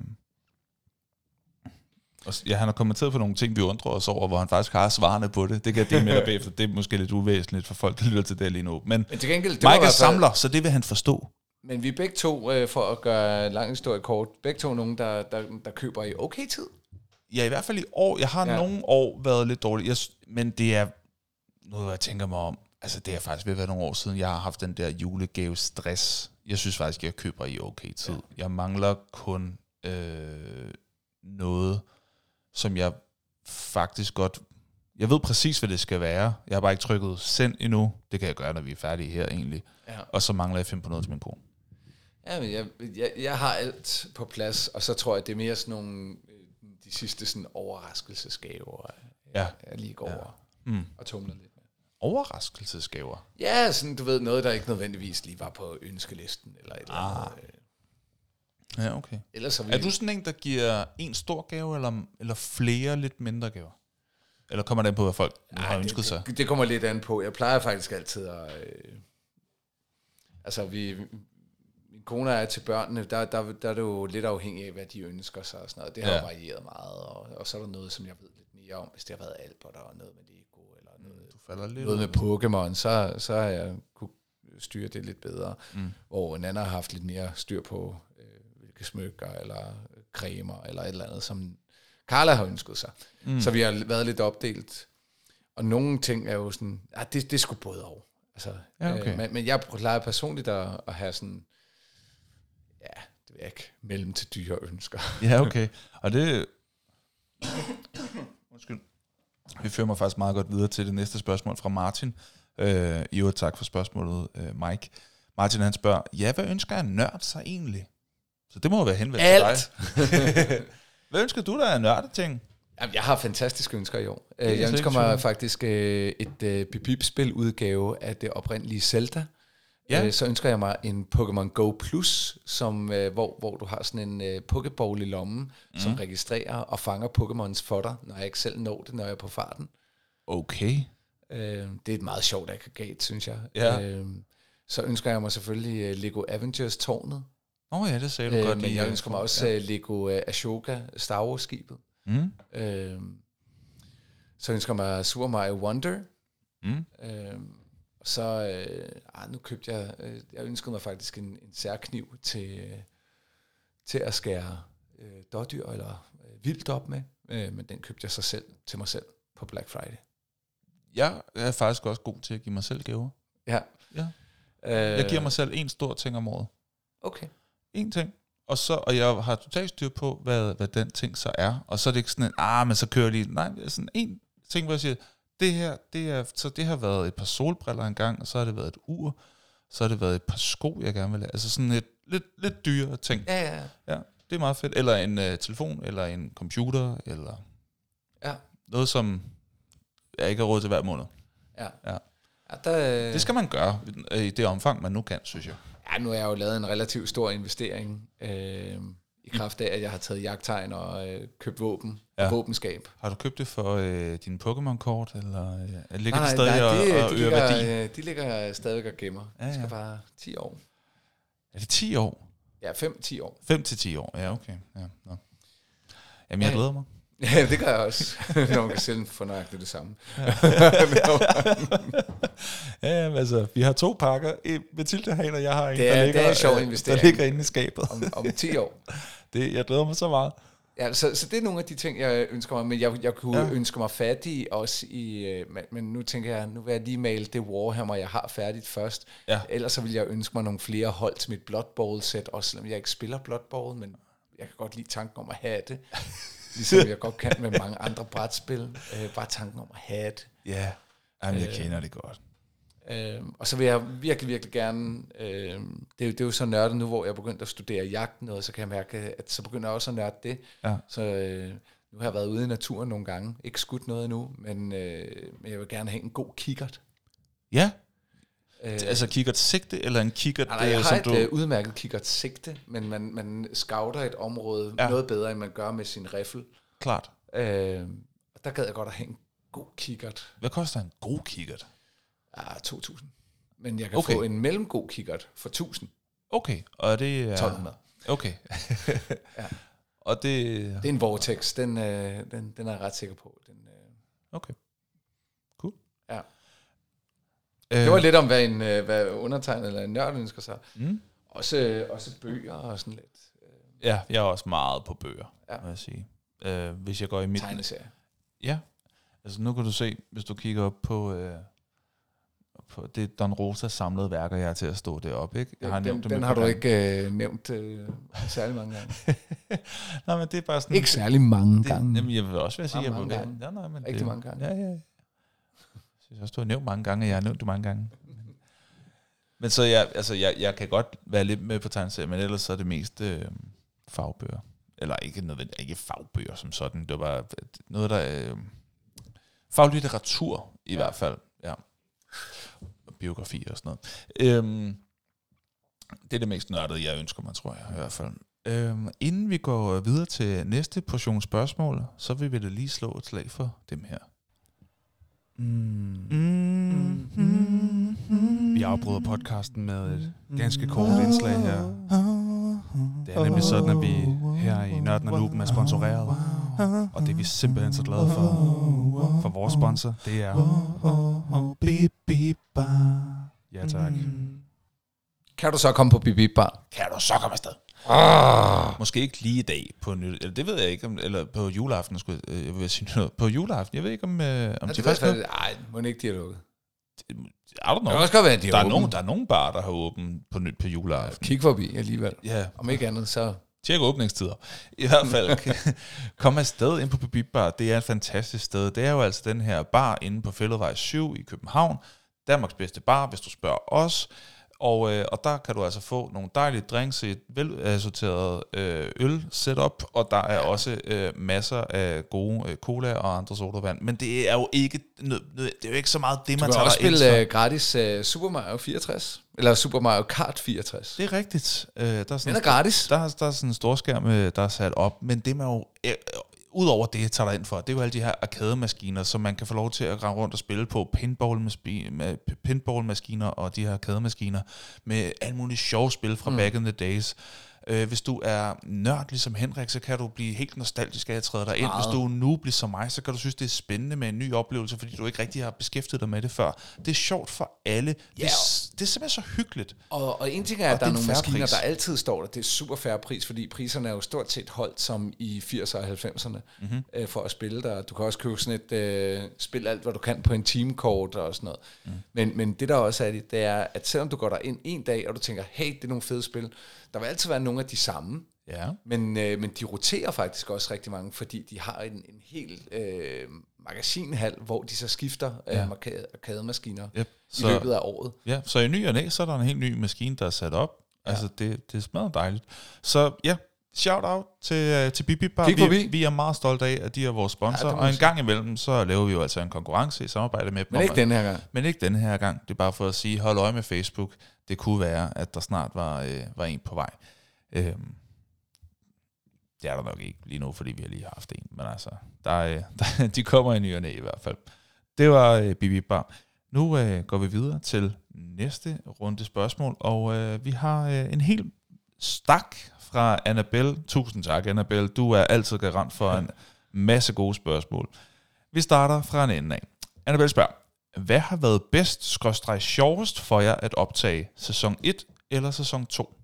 Ja, han har kommenteret på nogle ting, vi undrer os over, hvor han faktisk har svarene på det. Det kan jeg dele med dig bagefter. Det er måske lidt uvæsentligt for folk, der lytter til det lige nu. Men, men til gengæld, det Mike er samler, så det vil han forstå. Men vi er begge to, øh, for at gøre lang historie kort, begge to nogen, der, der, der køber i okay tid. Ja, i hvert fald i år. Jeg har ja. nogle år været lidt dårlig. Jeg, men det er noget, jeg tænker mig om. Altså, det er faktisk ved at være nogle år siden, jeg har haft den der julegave-stress. Jeg synes faktisk, jeg køber i okay tid. Ja. Jeg mangler kun øh, noget... som jeg faktisk godt... Jeg ved præcis, hvad det skal være. Jeg har bare ikke trykket send endnu. Det kan jeg gøre, når vi er færdige her egentlig. Ja. Og så mangler jeg at finde på noget til min kone. Ja, men jeg, jeg, jeg har alt på plads, og så tror jeg, det er mere sådan nogle... De sidste sådan overraskelsesgaver, ja. jeg lige går ja. over mm. og tumler lidt med. Overraskelsesgaver? Ja, sådan du ved, noget, der ikke nødvendigvis lige var på ønskelisten, eller et eller ah. andet... Ja, okay. Ellers er, vi... er du sådan en, der giver en stor gave, eller, eller flere lidt mindre gaver? Eller kommer det an på, hvad folk ja, har ønsket det, sig? Det, det kommer lidt an på. Jeg plejer faktisk altid at... Øh, altså, vi, min kone er til børnene, der, der, der er det jo lidt afhængigt af, hvad de ønsker sig og sådan noget. Det har ja. jo varieret meget, og, og så er der noget, som jeg ved lidt mere om, hvis det har været Albert og noget med Lego, eller noget, du falder lidt noget med Pokémon, så, så har jeg kunne styre det lidt bedre. Mm. Hvor Nana har haft lidt mere styr på... smykker, eller cremer, eller et eller andet, som Carla har ønsket sig. Mm. Så vi har været lidt opdelt. Og nogle ting er jo sådan, ah, det, det skulle både over. Altså, ja, okay. øh, men, men jeg plejer personligt at, at have sådan, ja, det ved jeg ikke, mellem til dyre ønsker. Ja, okay. Og det... Undskyld. Vi fører mig faktisk meget godt videre til det næste spørgsmål fra Martin. Øh, I øvrigt tak for spørgsmålet, øh, Mike. Martin han spørger, ja, hvad ønsker en nørd sig egentlig? Så det må jo være henvendt til dig. Hvad ønsker du der af nørdeting? Jamen, jeg har fantastiske ønsker i år. Jeg, jeg ønsker mig faktisk et uh, Bip-Bip-spil udgave af det oprindelige Zelda. Ja. Uh, så ønsker jeg mig en Pokémon Go Plus, som, uh, hvor, hvor du har sådan en uh, Pokéball i lommen, mm. som registrerer og fanger Pokémons for dig, når jeg ikke selv når det, når jeg er på farten. Okay. Uh, det er et meget sjovt aggregat, synes jeg. Ja. Uh, så ønsker jeg mig selvfølgelig uh, Lego Avengers-tårnet. Åh oh ja, det sagde du øh, godt. Men jeg ønsker mig også ja. Lego Ashoka Star Wars-skibet. Mm. Øh, så ønsker jeg mig Super Mario Wonder. Mm. Øh, så, øh, ah, nu købte jeg, øh, jeg ønskede mig faktisk en, en særkniv til, øh, til at skære øh, dårdyr eller øh, vildt op med. Øh, men den købte jeg så selv til mig selv på Black Friday. Jeg er faktisk også god til at give mig selv gaver. Ja. ja. Øh, jeg giver mig selv en stor ting om året. Okay. En ting. Og, så, og jeg har totalt styr på, hvad, hvad den ting så er. Og så er det ikke sådan en, ah, men så kører jeg lige. Nej, det er sådan en ting, hvor jeg siger, det her, det er, så det har været et par solbriller engang, og så har det været et ur, så har det været et par sko, jeg gerne vil have. Altså sådan et lidt, lidt dyre ting. Ja, ja, ja. Ja, det er meget fedt. Eller en uh, telefon, eller en computer, eller ja. noget, som jeg ikke har råd til hver måned. Ja. ja. ja der, det skal man gøre i det omfang, man nu kan, synes jeg. Ja, nu har jeg jo lavet en relativt stor investering øh, i kraft af, at jeg har taget jagttegn og øh, købt våben ja. og våbenskab. Har du købt det for øh, dine Pokémon-kort, eller øh, ligger nej, det stadig nej, det, og, og de øger ligger, værdi? De ligger stadig og gemmer. Ja, ja. Det skal bare ti år. Er det ti år? Ja, fem til ti år. fem til ti år, ja, okay. Ja, no. Jamen, jeg glæder mig. Ja, det gør jeg også, når man kan selv få nøjagtigt det samme. Ja, ja, altså, vi har to pakker. Mathilde har en, og jeg har en, det er, der, ligger, det er en sjov investering. der ligger inde i skabet. Om, om ti år. Det, jeg glæder mig så meget. Ja, så, så det er nogle af de ting, jeg ønsker mig, men jeg, jeg kunne ja. ønske mig fattig også i, men, men nu tænker jeg, nu vil jeg lige male det Warhammer, jeg har færdigt først. Ja. Ellers så vil jeg ønske mig nogle flere hold til mit Blood Bowl-sæt, også selvom jeg ikke spiller Blood Bowl, men jeg kan godt lide tanken om at have det. Ligesom jeg godt kan med mange andre brætspil. Øh, bare tanken om at have det. Ja, Jamen, jeg øh, kender det godt. Øh, og så vil jeg virkelig, virkelig gerne, øh, det, er jo, det er jo så nørdet nu, hvor jeg er begyndt at studere jagt noget, så kan jeg mærke, at så begynder jeg også at nørde det. Ja. Så øh, nu har jeg været ude i naturen nogle gange, ikke skudt noget endnu, men, øh, men jeg vil gerne have en god kikkert. Ja, øh, altså kikkert sigte, eller en kikkert, nej, nej, jeg har som et du... øh, udmærket kikkert sigte, men man, man scouter et område ja. noget bedre, end man gør med sin riffel. Klart. Øh, og der gad jeg godt at have en god kikkert. Hvad koster en god kikkert? Ah, to tusind. Men jeg kan okay. få en mellemgod kikkert for tusind. Okay, og det er... tolv hundrede. Okay. Ja. Og det... Det er en Vortex, den, øh, den, den er jeg ret sikker på. Den, øh... Okay. Cool. Ja. Øh. Det var lidt om, hvad en øh, hvad undertegnet eller en nørd ønsker sig. Mm. Også, øh, også bøger og sådan lidt. Ja, jeg er også meget på bøger, ja. må jeg sige. Øh, hvis jeg går i mit... Tegneserie. Ja. Altså nu kan du se, hvis du kigger op på... Øh, på det Don Rosa samlede værker, jeg er til at stå deroppe, ikke? Jeg har den nævnt den dem har du gange. ikke øh, nævnt øh, særlig mange gange. Nej, men det er bare sådan... Ikke særlig mange det, gange. Jamen, jeg vil også være sige, mange, jeg vil mange være... gange. Ja, nej, men Rigtig det, mange gange. Ja, ja. Jeg synes også, du har nævnt mange gange, og jeg har nævnt det mange gange. Men så jeg, altså, jeg, jeg kan godt være lidt med på tegneserier, men ellers så er det mest øh, fagbøger. Eller ikke nødvendigt, ikke fagbøger som sådan. Det var bare noget, der... Øh, faglitteratur i ja. hvert fald. Ja. Biografi og sådan noget. Øhm, det er det mest nørdede, jeg ønsker mig, tror jeg i hvert fald. Øhm, inden vi går videre til næste portion spørgsmål, så vil vi da lige slå et slag for dem her. Mm. Mm. Mm. Mm. Vi afbryder podcasten med et ganske kort indslag her. Det er nemlig sådan, at vi her i Nørden og Nuben er sponsoreret. Og det er vi simpelthen så glade for. For vores sponsor, det er... Ja, tak. Kan du så komme på Bip Bip Bar? Kan du så komme afsted? Ah. Måske ikke lige i dag på nyt, eller det ved jeg ikke om, eller på juleaften skulle jeg, jeg vil sige noget. På juleaften, jeg ved ikke om øh, om ja, de faktisk nej, må ikke de har lukket. I don't know. Det kan også godt være, at de der er er nogen, der er nogen bar der har åbent på nyt på juleaften. Ja, kig forbi alligevel. Ja. Om ikke andet så tjek åbningstider. I hvert fald kom afsted ind på Bip Bip Bar. Det er et fantastisk sted. Det er jo altså den her bar inde på Fælledvej syv i København. Danmarks bedste bar, hvis du spørger os. Og, øh, og der kan du altså få nogle dejlige drinks i et velassorteret øh, øl setup, og der er også øh, masser af gode øh, cola og andre sodavand. Men det er jo ikke nød, nød, det er jo ikke så meget det, man tager dig ind. Du kan også spille uh, gratis uh, Super Mario fireogtres, eller Super Mario Kart fireogtres. Det er rigtigt. Øh, der er sådan Den er gratis. Der, der er sådan en storskærm, der er sat op, men det man jo... Øh, Udover det, tager dig ind for, det er jo alle de her arcade-maskiner, som man kan få lov til at rende rundt og spille på, pinball-maskiner og de her arcade-maskiner, med alle mulige sjove spil fra mm. back in the days. Øh, hvis du er nørd ligesom Henrik, så kan du blive helt nostalgisk af at træde dig ind. Hvis du er noob ligesom mig, så kan du synes, det er spændende med en ny oplevelse, fordi du ikke rigtig har beskæftiget dig med det før. Det er sjovt for alle. Yeah. Det, er, det er simpelthen så hyggeligt. Og, og en ting er, at og der er nogle maskiner, pris. der altid står der. Det er super fair pris, fordi priserne er jo stort set holdt som i firserne og halvfemserne mm-hmm. øh, for at spille der. Du kan også købe sådan et øh, spil alt, hvad du kan på en teamkort og sådan noget. Mm. Men, men det der også er det, det er, at selvom du går der ind en dag, og du tænker, hey, det er nogle fede spil, der vil altid være nogle af de samme, ja. men, øh, men de roterer faktisk også rigtig mange, fordi de har en, en hel øh, magasinhal, hvor de så skifter øh, ja. arkademaskiner yep. i så, løbet af året. Ja, så i ny og næ, så er der en helt ny maskine, der er sat op. Ja. Altså, det, det smager dejligt. Så ja, shout out til, til Bip Bip Bar. Vi, vi er meget stolte af, at de er vores sponsor, ja, og en gang imellem, så laver vi jo altså en konkurrence i samarbejde med dem. Men ikke den her gang. Men ikke den her gang. Det er bare for at sige, hold øje med Facebook. Det kunne være, at der snart var, øh, var en på vej. Øhm, det er der nok ikke lige nu, fordi vi har lige haft en. Men altså, der, øh, der, de kommer i ny og næ i hvert fald. Det var øh, Bip Bip Bar. Nu øh, går vi videre til næste runde spørgsmål, og øh, vi har øh, en hel stak fra Annabelle. Tusind tak, Annabelle. Du er altid garant for en masse gode spørgsmål. Vi starter fra en ende af. Annabelle spørger, hvad har været bedst, skråstreg sjovest for jer at optage? Sæson et eller sæson to?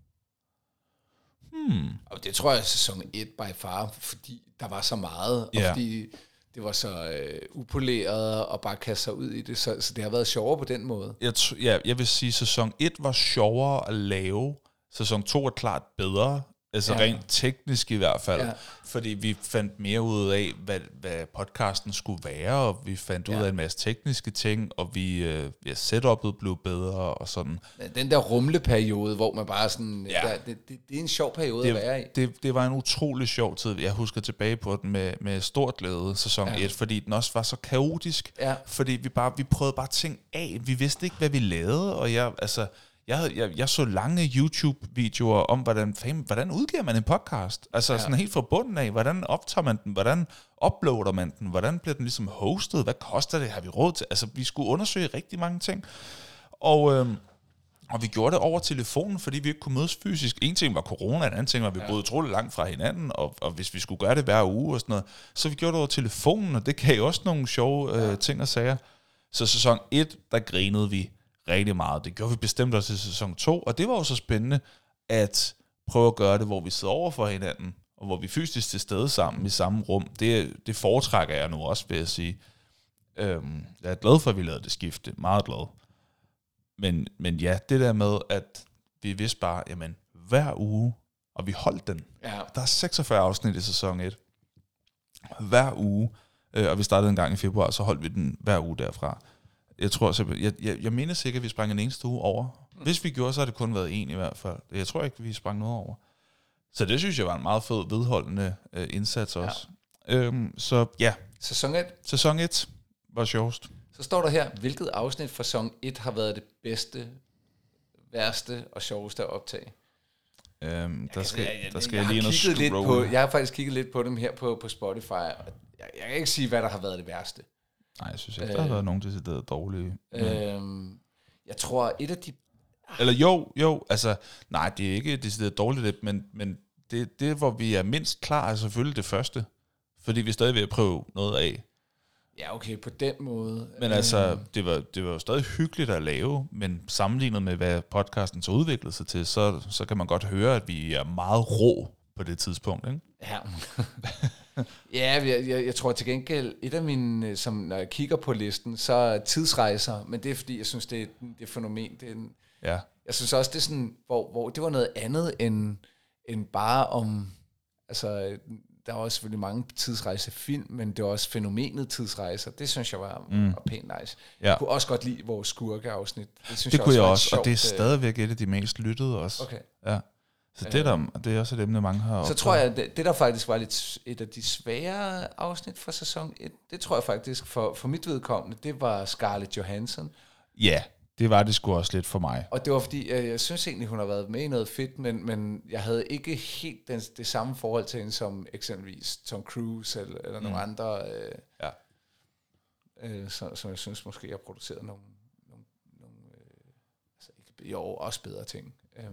Hmm. Og det tror jeg er sæson et by far, fordi der var så meget, og yeah. fordi det var så øh, upoleret og bare kaste sig ud i det, så, så det har været sjovere på den måde. Jeg, t- ja, jeg vil sige, at sæson et var sjovere at lave. Sæson to er klart bedre, Altså ja. rent teknisk i hvert fald. Ja. Fordi vi fandt mere ud af, hvad, hvad podcasten skulle være, og vi fandt ja. ud af en masse tekniske ting, og vi, øh, ja, setup'et blev bedre og sådan. Men den der rumleperiode, hvor man bare sådan... Ja. Der, det, det, det er en sjov periode det, at være i. Det, det var en utrolig sjov tid. Jeg husker tilbage på den med, med stor glæde, sæson ja. et, fordi den også var så kaotisk. Ja. Fordi vi, bare, vi prøvede bare ting af. Vi vidste ikke, hvad vi lavede, og jeg... altså Jeg, havde, jeg, jeg så lange YouTube-videoer om, hvordan, fam, hvordan udgiver man en podcast? Altså ja. sådan helt fra bunden af, hvordan optager man den? Hvordan uploader man den? Hvordan bliver den ligesom hostet? Hvad koster det? Har vi råd til? Altså, vi skulle undersøge rigtig mange ting. Og, øhm, og vi gjorde det over telefonen, fordi vi ikke kunne mødes fysisk. En ting var corona, en anden ting var, at vi ja. boede utroligt langt fra hinanden, og, og hvis vi skulle gøre det hver uge og sådan noget, så vi gjorde det over telefonen, og det gav jo også nogle sjove øh, ting og sager. Så sæson et, der grinede vi rigtig meget. Det gjorde vi bestemt også i sæson to, og det var jo så spændende at prøve at gøre det, hvor vi sidder over for hinanden, og hvor vi fysisk til stede sammen i samme rum. Det, det foretrækker jeg nu også, vil jeg sige. Øhm, jeg er glad for, at vi lavede det skifte. Meget glad. Men, men ja, det der med, at vi vidste bare, jamen, hver uge, og vi holdt den. Ja. Der er seksogfyrre afsnit i sæson et. Hver uge, øh, og vi startede en gang i februar, så holdt vi den hver uge derfra. Jeg tror simpelthen, jeg, jeg, jeg mener sikkert, at vi sprang en eneste uge over. Hvis vi gjorde, så har det kun været en i hvert fald. Jeg tror ikke, vi sprang noget over. Så det synes jeg var en meget fed, vedholdende øh, indsats også. Ja. Øhm, så ja. Sæson et. Sæson et var sjovest. Så står der her, hvilket afsnit fra sæson et har været det bedste, værste og sjoveste at optage? Øhm, der skal jeg, jeg, der skal jeg, jeg, jeg lige lidt på, jeg har faktisk kigget lidt på dem her på, på Spotify. Og jeg, jeg kan ikke sige, hvad der har været det værste. Nej, jeg synes ikke, der øh, har været nogen decideret dårlige. Øhm, jeg tror, et af de... Eller jo, jo, altså, nej, det er ikke decideret dårligt, men, men det, det, hvor vi er mindst klar, er selvfølgelig det første. Fordi vi er stadig ved at prøve noget af. Ja, okay, på den måde. Men altså, det var, det var jo stadig hyggeligt at lave, men sammenlignet med, hvad podcasten så udviklede sig til, så, så kan man godt høre, at vi er meget rå på det tidspunkt, ikke? Ja. Ja, jeg, jeg, jeg tror til gengæld, et af mine, som når jeg kigger på listen, så er tidsrejser, men det er fordi, jeg synes, det er det fænomen. Det er en, ja. Jeg synes også, det er sådan, hvor, hvor det var noget andet end, end bare om, altså, der var også selvfølgelig mange tidsrejsefilm, men det var også fænomenet tidsrejser. Det synes jeg var, mm. var pænt nice. Ja. Jeg kunne også godt lide vores skurkeafsnit. Det, synes det jeg kunne også jeg også, sjovt, og det er stadigvæk et af de mest lyttede også. Okay. Ja. Så det, der, det er også et emne, mange har optaget. Så tror jeg, det, det der faktisk var lidt et af de svære afsnit fra sæson et, det tror jeg faktisk for, for mit vedkommende, det var Scarlett Johansson. Ja, det var det sgu også lidt for mig. Og det var fordi, jeg, jeg synes egentlig, hun har været med i noget fedt, men, men jeg havde ikke helt den, det samme forhold til hende som eksempelvis Tom Cruise eller, eller mm. nogle andre, øh, ja. øh, som, som jeg synes måske har produceret nogle, nogle, nogle øh, altså ikke, jo, også bedre ting. Øh.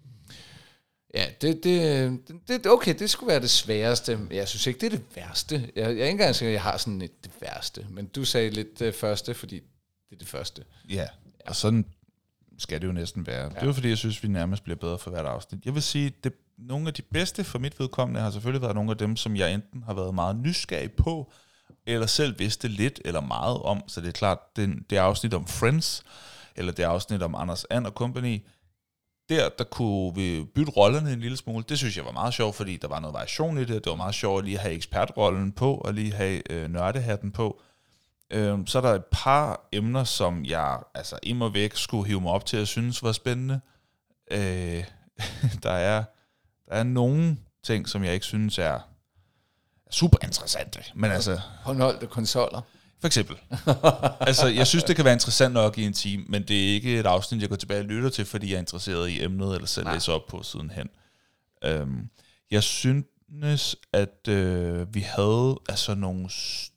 Ja, det, det, det, okay, det skulle være det sværeste. Jeg synes ikke, det er det værste. Jeg, jeg er ikke engang sikker, at jeg har sådan et det værste. Men du sagde lidt det første, fordi det er det første. Ja, og sådan skal det jo næsten være. Ja. Det er jo fordi, jeg synes, vi nærmest bliver bedre for hvert afsnit. Jeg vil sige, det nogle af de bedste for mit vedkommende har selvfølgelig været nogle af dem, som jeg enten har været meget nysgerrig på, eller selv vidste lidt eller meget om. Så det er klart, det, det afsnit om Friends, eller det afsnit om Anders And og Company, Der, der kunne vi bytte rollerne en lille smule. Det synes jeg var meget sjovt, fordi der var noget variation i det. Det var meget sjovt at lige have ekspertrollen på, og lige have øh, nørdehatten på. Øhm, så er der et par emner, som jeg altså immer væk skulle hive mig op til at synes var spændende. Øh, der, er, der er nogle ting, som jeg ikke synes er super interessante. Men altså, håndholdte konsoller. For eksempel. Altså, jeg synes, det kan være interessant nok i en time, men det er ikke et afsnit, jeg går tilbage og lytter til, fordi jeg er interesseret i emnet, eller selv læser op på sidenhen. Øhm, jeg synes, at øh, vi havde altså nogle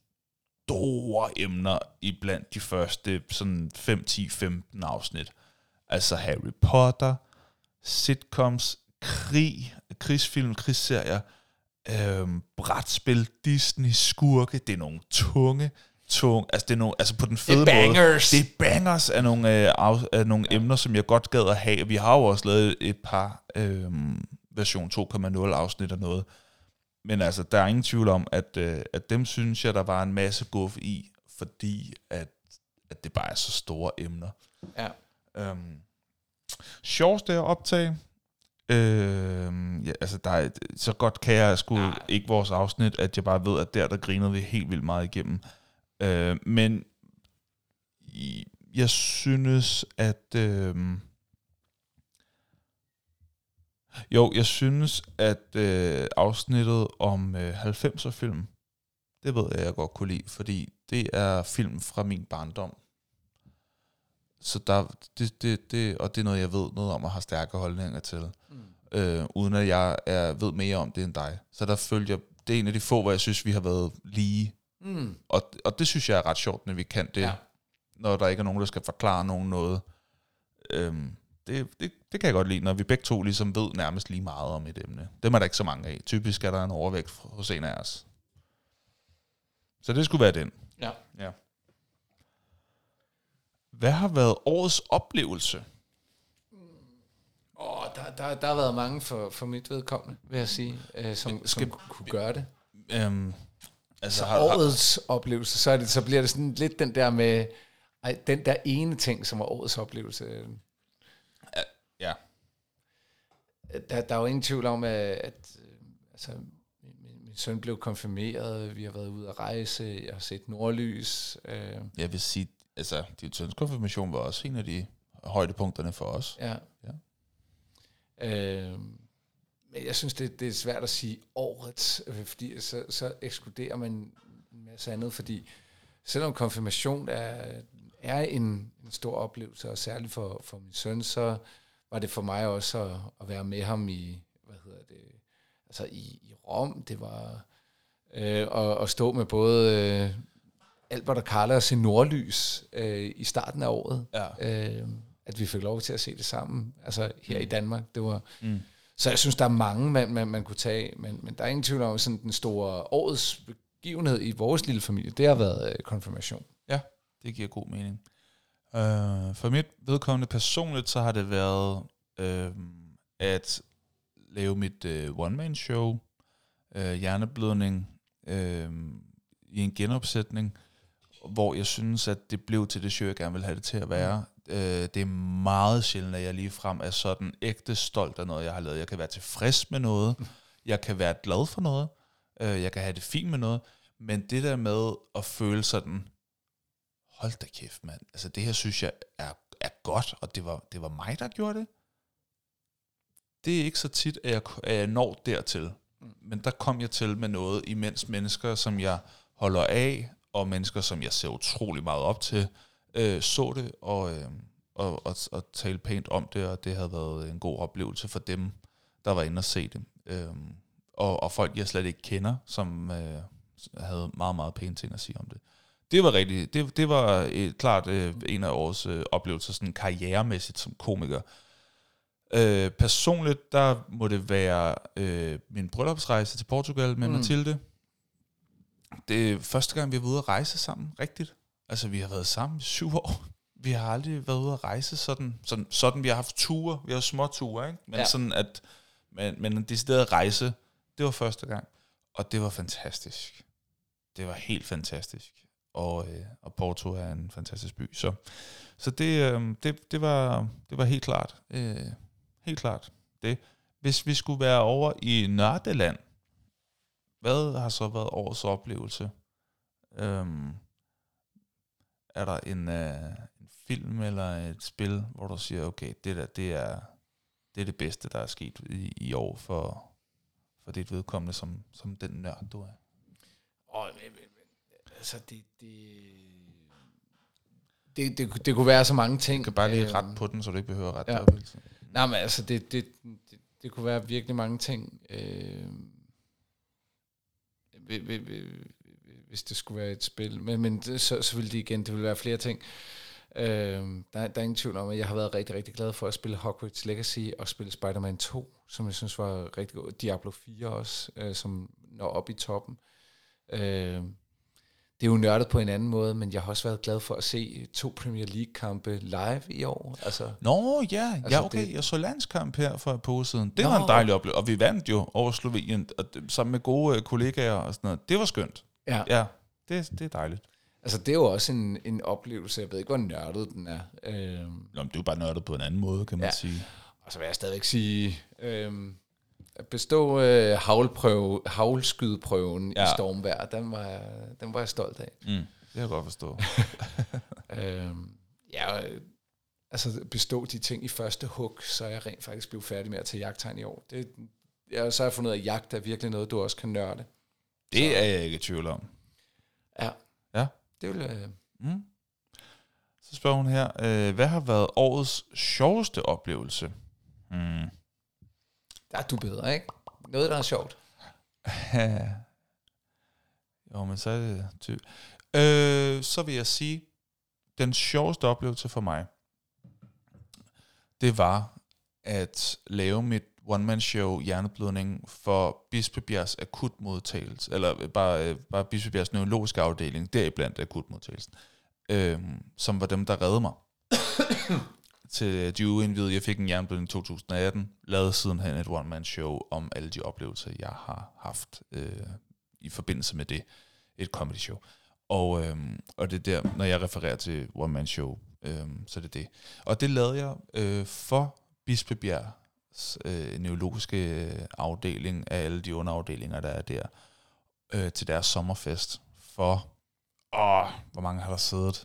store emner i blandt de første sådan fem, ti, femten afsnit. Altså Harry Potter, sitcoms, krig, krigsfilm, krigsserier, øhm, brætspil, Disney, skurke. Det er nogle tunge tung, altså det er nogle, altså på den fede det måde. Det er bangers af nogle, øh, af, af nogle ja. emner, som jeg godt gad at have. Vi har jo også lavet et par øh, version to punkt nul afsnit og noget. Men altså, der er ingen tvivl om, at, øh, at dem synes jeg, der var en masse guf i, fordi at, at det bare er så store emner. Ja. Øhm, sjovest det at optage. Øh, ja, altså, der er, så godt kan jeg sgu ja. ikke vores afsnit, at jeg bare ved, at der, der grinede vi helt vildt meget igennem. Øh, men jeg synes, at... Øh, jo, jeg synes, at øh, afsnittet om øh, halvfemser-film, det ved jeg, jeg godt kunne lide, fordi det er film fra min barndom. Så der, det, det, det, og det er noget, jeg ved noget om og har stærke holdninger til. Mm. Øh, uden at jeg er, ved mere om det end dig. Så der følger jeg, det er en af de få, hvor jeg synes, vi har været lige. Mm. Og, og det synes jeg er ret sjovt, når vi kan det. Ja. Når der ikke er nogen, der skal forklare nogen noget. Øhm, det, det, det kan jeg godt lide, når vi begge to ligesom ved nærmest lige meget om et emne. Dem er der ikke så mange af. Typisk er der en overvægt hos en af os. Så det skulle være den. Ja. Ja. Hvad har været årets oplevelse? Åh, oh, der, der, der har været mange for, for mit vedkommende, vil jeg sige, øh, som, skal, som kunne gøre det. Øhm, altså så har, årets har, oplevelse, så, er det, så bliver det sådan lidt den der med, ej, den der ene ting, som var årets oplevelse. Ja. ja. Der, der er jo ingen tvivl om, at, at altså, min, min søn blev konfirmeret, vi har været ude at rejse, jeg har set nordlys. Øh. Jeg vil sige, altså, din søns konfirmation var også en af de højdepunkterne for os. Ja. ja. Øh, men jeg synes, det, det er svært at sige årets, fordi så, så ekskluderer man en masse andet, fordi selvom konfirmation er, er en, en stor oplevelse, og særligt for, for min søn, så var det for mig også at, at være med ham i, hvad hedder det, altså i, i Rom. Det var øh, at, at stå med både øh, Albert og Carla og se nordlys øh, i starten af året. Ja. Øh, at vi fik lov til at se det sammen, altså her mm. i Danmark. Det var, mm. Så jeg synes, der er mange, man, man, man kunne tage, men, men der er ingen tvivl om, sådan den store årets begivenhed i vores lille familie, det har været øh, konfirmation. Ja, det giver god mening. Uh, for mit vedkommende personligt, så har det været uh, at lave mit uh, one-man-show, uh, hjerneblødning, uh, i en genopsætning, hvor jeg synes, at det blev til det show, jeg gerne vil have det til at være. Uh, det er meget sjældent, at jeg ligefrem er sådan ægte stolt af noget, jeg har lavet. Jeg kan være tilfreds med noget, jeg kan være glad for noget, uh, jeg kan have det fint med noget, men det der med at føle sådan, hold da kæft, mand. Altså, det her synes jeg er, er godt, og det var, det var mig, der gjorde det. Det er ikke så tit, at jeg, at jeg når dertil. Men der kom jeg til med noget, imens mennesker, som jeg holder af, og mennesker, som jeg ser utrolig meget op til, øh, så det, og, øh, og, og, og talte pænt om det, og det havde været en god oplevelse for dem, der var inde og se det. Øh, og, og folk, jeg slet ikke kender, som øh, havde meget, meget pæne ting at sige om det. Det var rigtig, det, det var et, klart øh, en af årets øh, oplevelser, sådan karrieremæssigt som komiker. Øh, personligt, der må det være øh, min bryllupsrejse til Portugal med mm. Mathilde. Det er første gang, vi har været ude at rejse sammen, rigtigt. Altså, vi har været sammen i syv år. Vi har aldrig været ude at rejse sådan. Sådan, sådan vi har haft ture. Vi har små ture, ikke? Men ja. sådan at, men, men en decideret rejse, det var første gang. Og det var fantastisk. Det var helt fantastisk. Og, øh, og Porto er en fantastisk by. Så, så det, øh, det, det, var, det var helt klart. Øh, helt klart det. Hvis vi skulle være over i Nørdeland, hvad har så været årets oplevelse? Øhm, er der en, øh, en film eller et spil, hvor du siger, okay, det der, det er det, er det bedste, der er sket i, i år for, for dit vedkommende, som, som den nørd, du er? Åh, oh, altså det det, det det det kunne være så mange ting. Du kan bare lige øh, rette på den, så du ikke behøver at rette ja. på. Nej, men altså det det, det det kunne være virkelig mange ting. Øh, hvis det skulle være et spil, men men det, så så ville det igen, det ville være flere ting. Øh, der, der er ingen tvivl om, at jeg har været rigtig, rigtig glad for at spille Hogwarts Legacy og spille Spider-Man to, som jeg synes var rigtig godt. Diablo fire også, øh, som når op i toppen. Øh, det er jo nørdet på en anden måde, men jeg har også været glad for at se to Premier League-kampe live i år. Altså, Nå, ja, altså ja okay. Det, jeg så landskamp her for et par uger siden. Det Nå, var en dejlig oplevelse, og vi vandt jo over Slovenien, og sammen med gode uh, kollegaer og sådan noget. Det var skønt. Ja, ja det, det er dejligt. Altså, det er jo også en, en oplevelse. Jeg ved ikke, hvor nørdet den er. Øh, Nå, men det er jo bare nørdet på en anden måde, kan man ja. sige. og så vil jeg stadigvæk sige, øh, at bestå øh, havlprøve, havlskydeprøven ja. i stormvejr, den var, jeg, den var jeg stolt af. Mm, det kan jeg godt forstå. øh, ja, altså bestå de ting i første hug, så er jeg rent faktisk blevet færdig med at tage jagttegn i år. Det, jeg, så har jeg fundet ud af, at jagt er virkelig noget, du også kan nørde. Det så. Er jeg ikke i tvivl om. Ja. Ja. Det vil øh, mm. Så spørger hun her, øh, hvad har været årets sjoveste oplevelse? Hmm. Der er du bedre, ikke? Noget, der er sjovt. Jo, men så er det typ. Øh, så vil jeg sige, den sjoveste oplevelse for mig, det var at lave mit one-man-show Hjerneblødning for Bispebjergs akutmodtagelse, eller bare, bare Bispebjergs neurologiske afdeling, deriblandt akutmodtagelsen, øh, som var dem, der reddede mig. Til de uindvidede, jeg fik en hjerneblødning i to tusind atten, lavede sidenhen et one-man-show om alle de oplevelser, jeg har haft øh, i forbindelse med det, et comedy-show. Og, øh, og det er der, når jeg refererer til one-man-show, øh, så er det det. Og det lavede jeg øh, for Bispebjergs øh, neurologiske afdeling af alle de underafdelinger, der er der, øh, til deres sommerfest. For, åh, hvor mange har der siddet?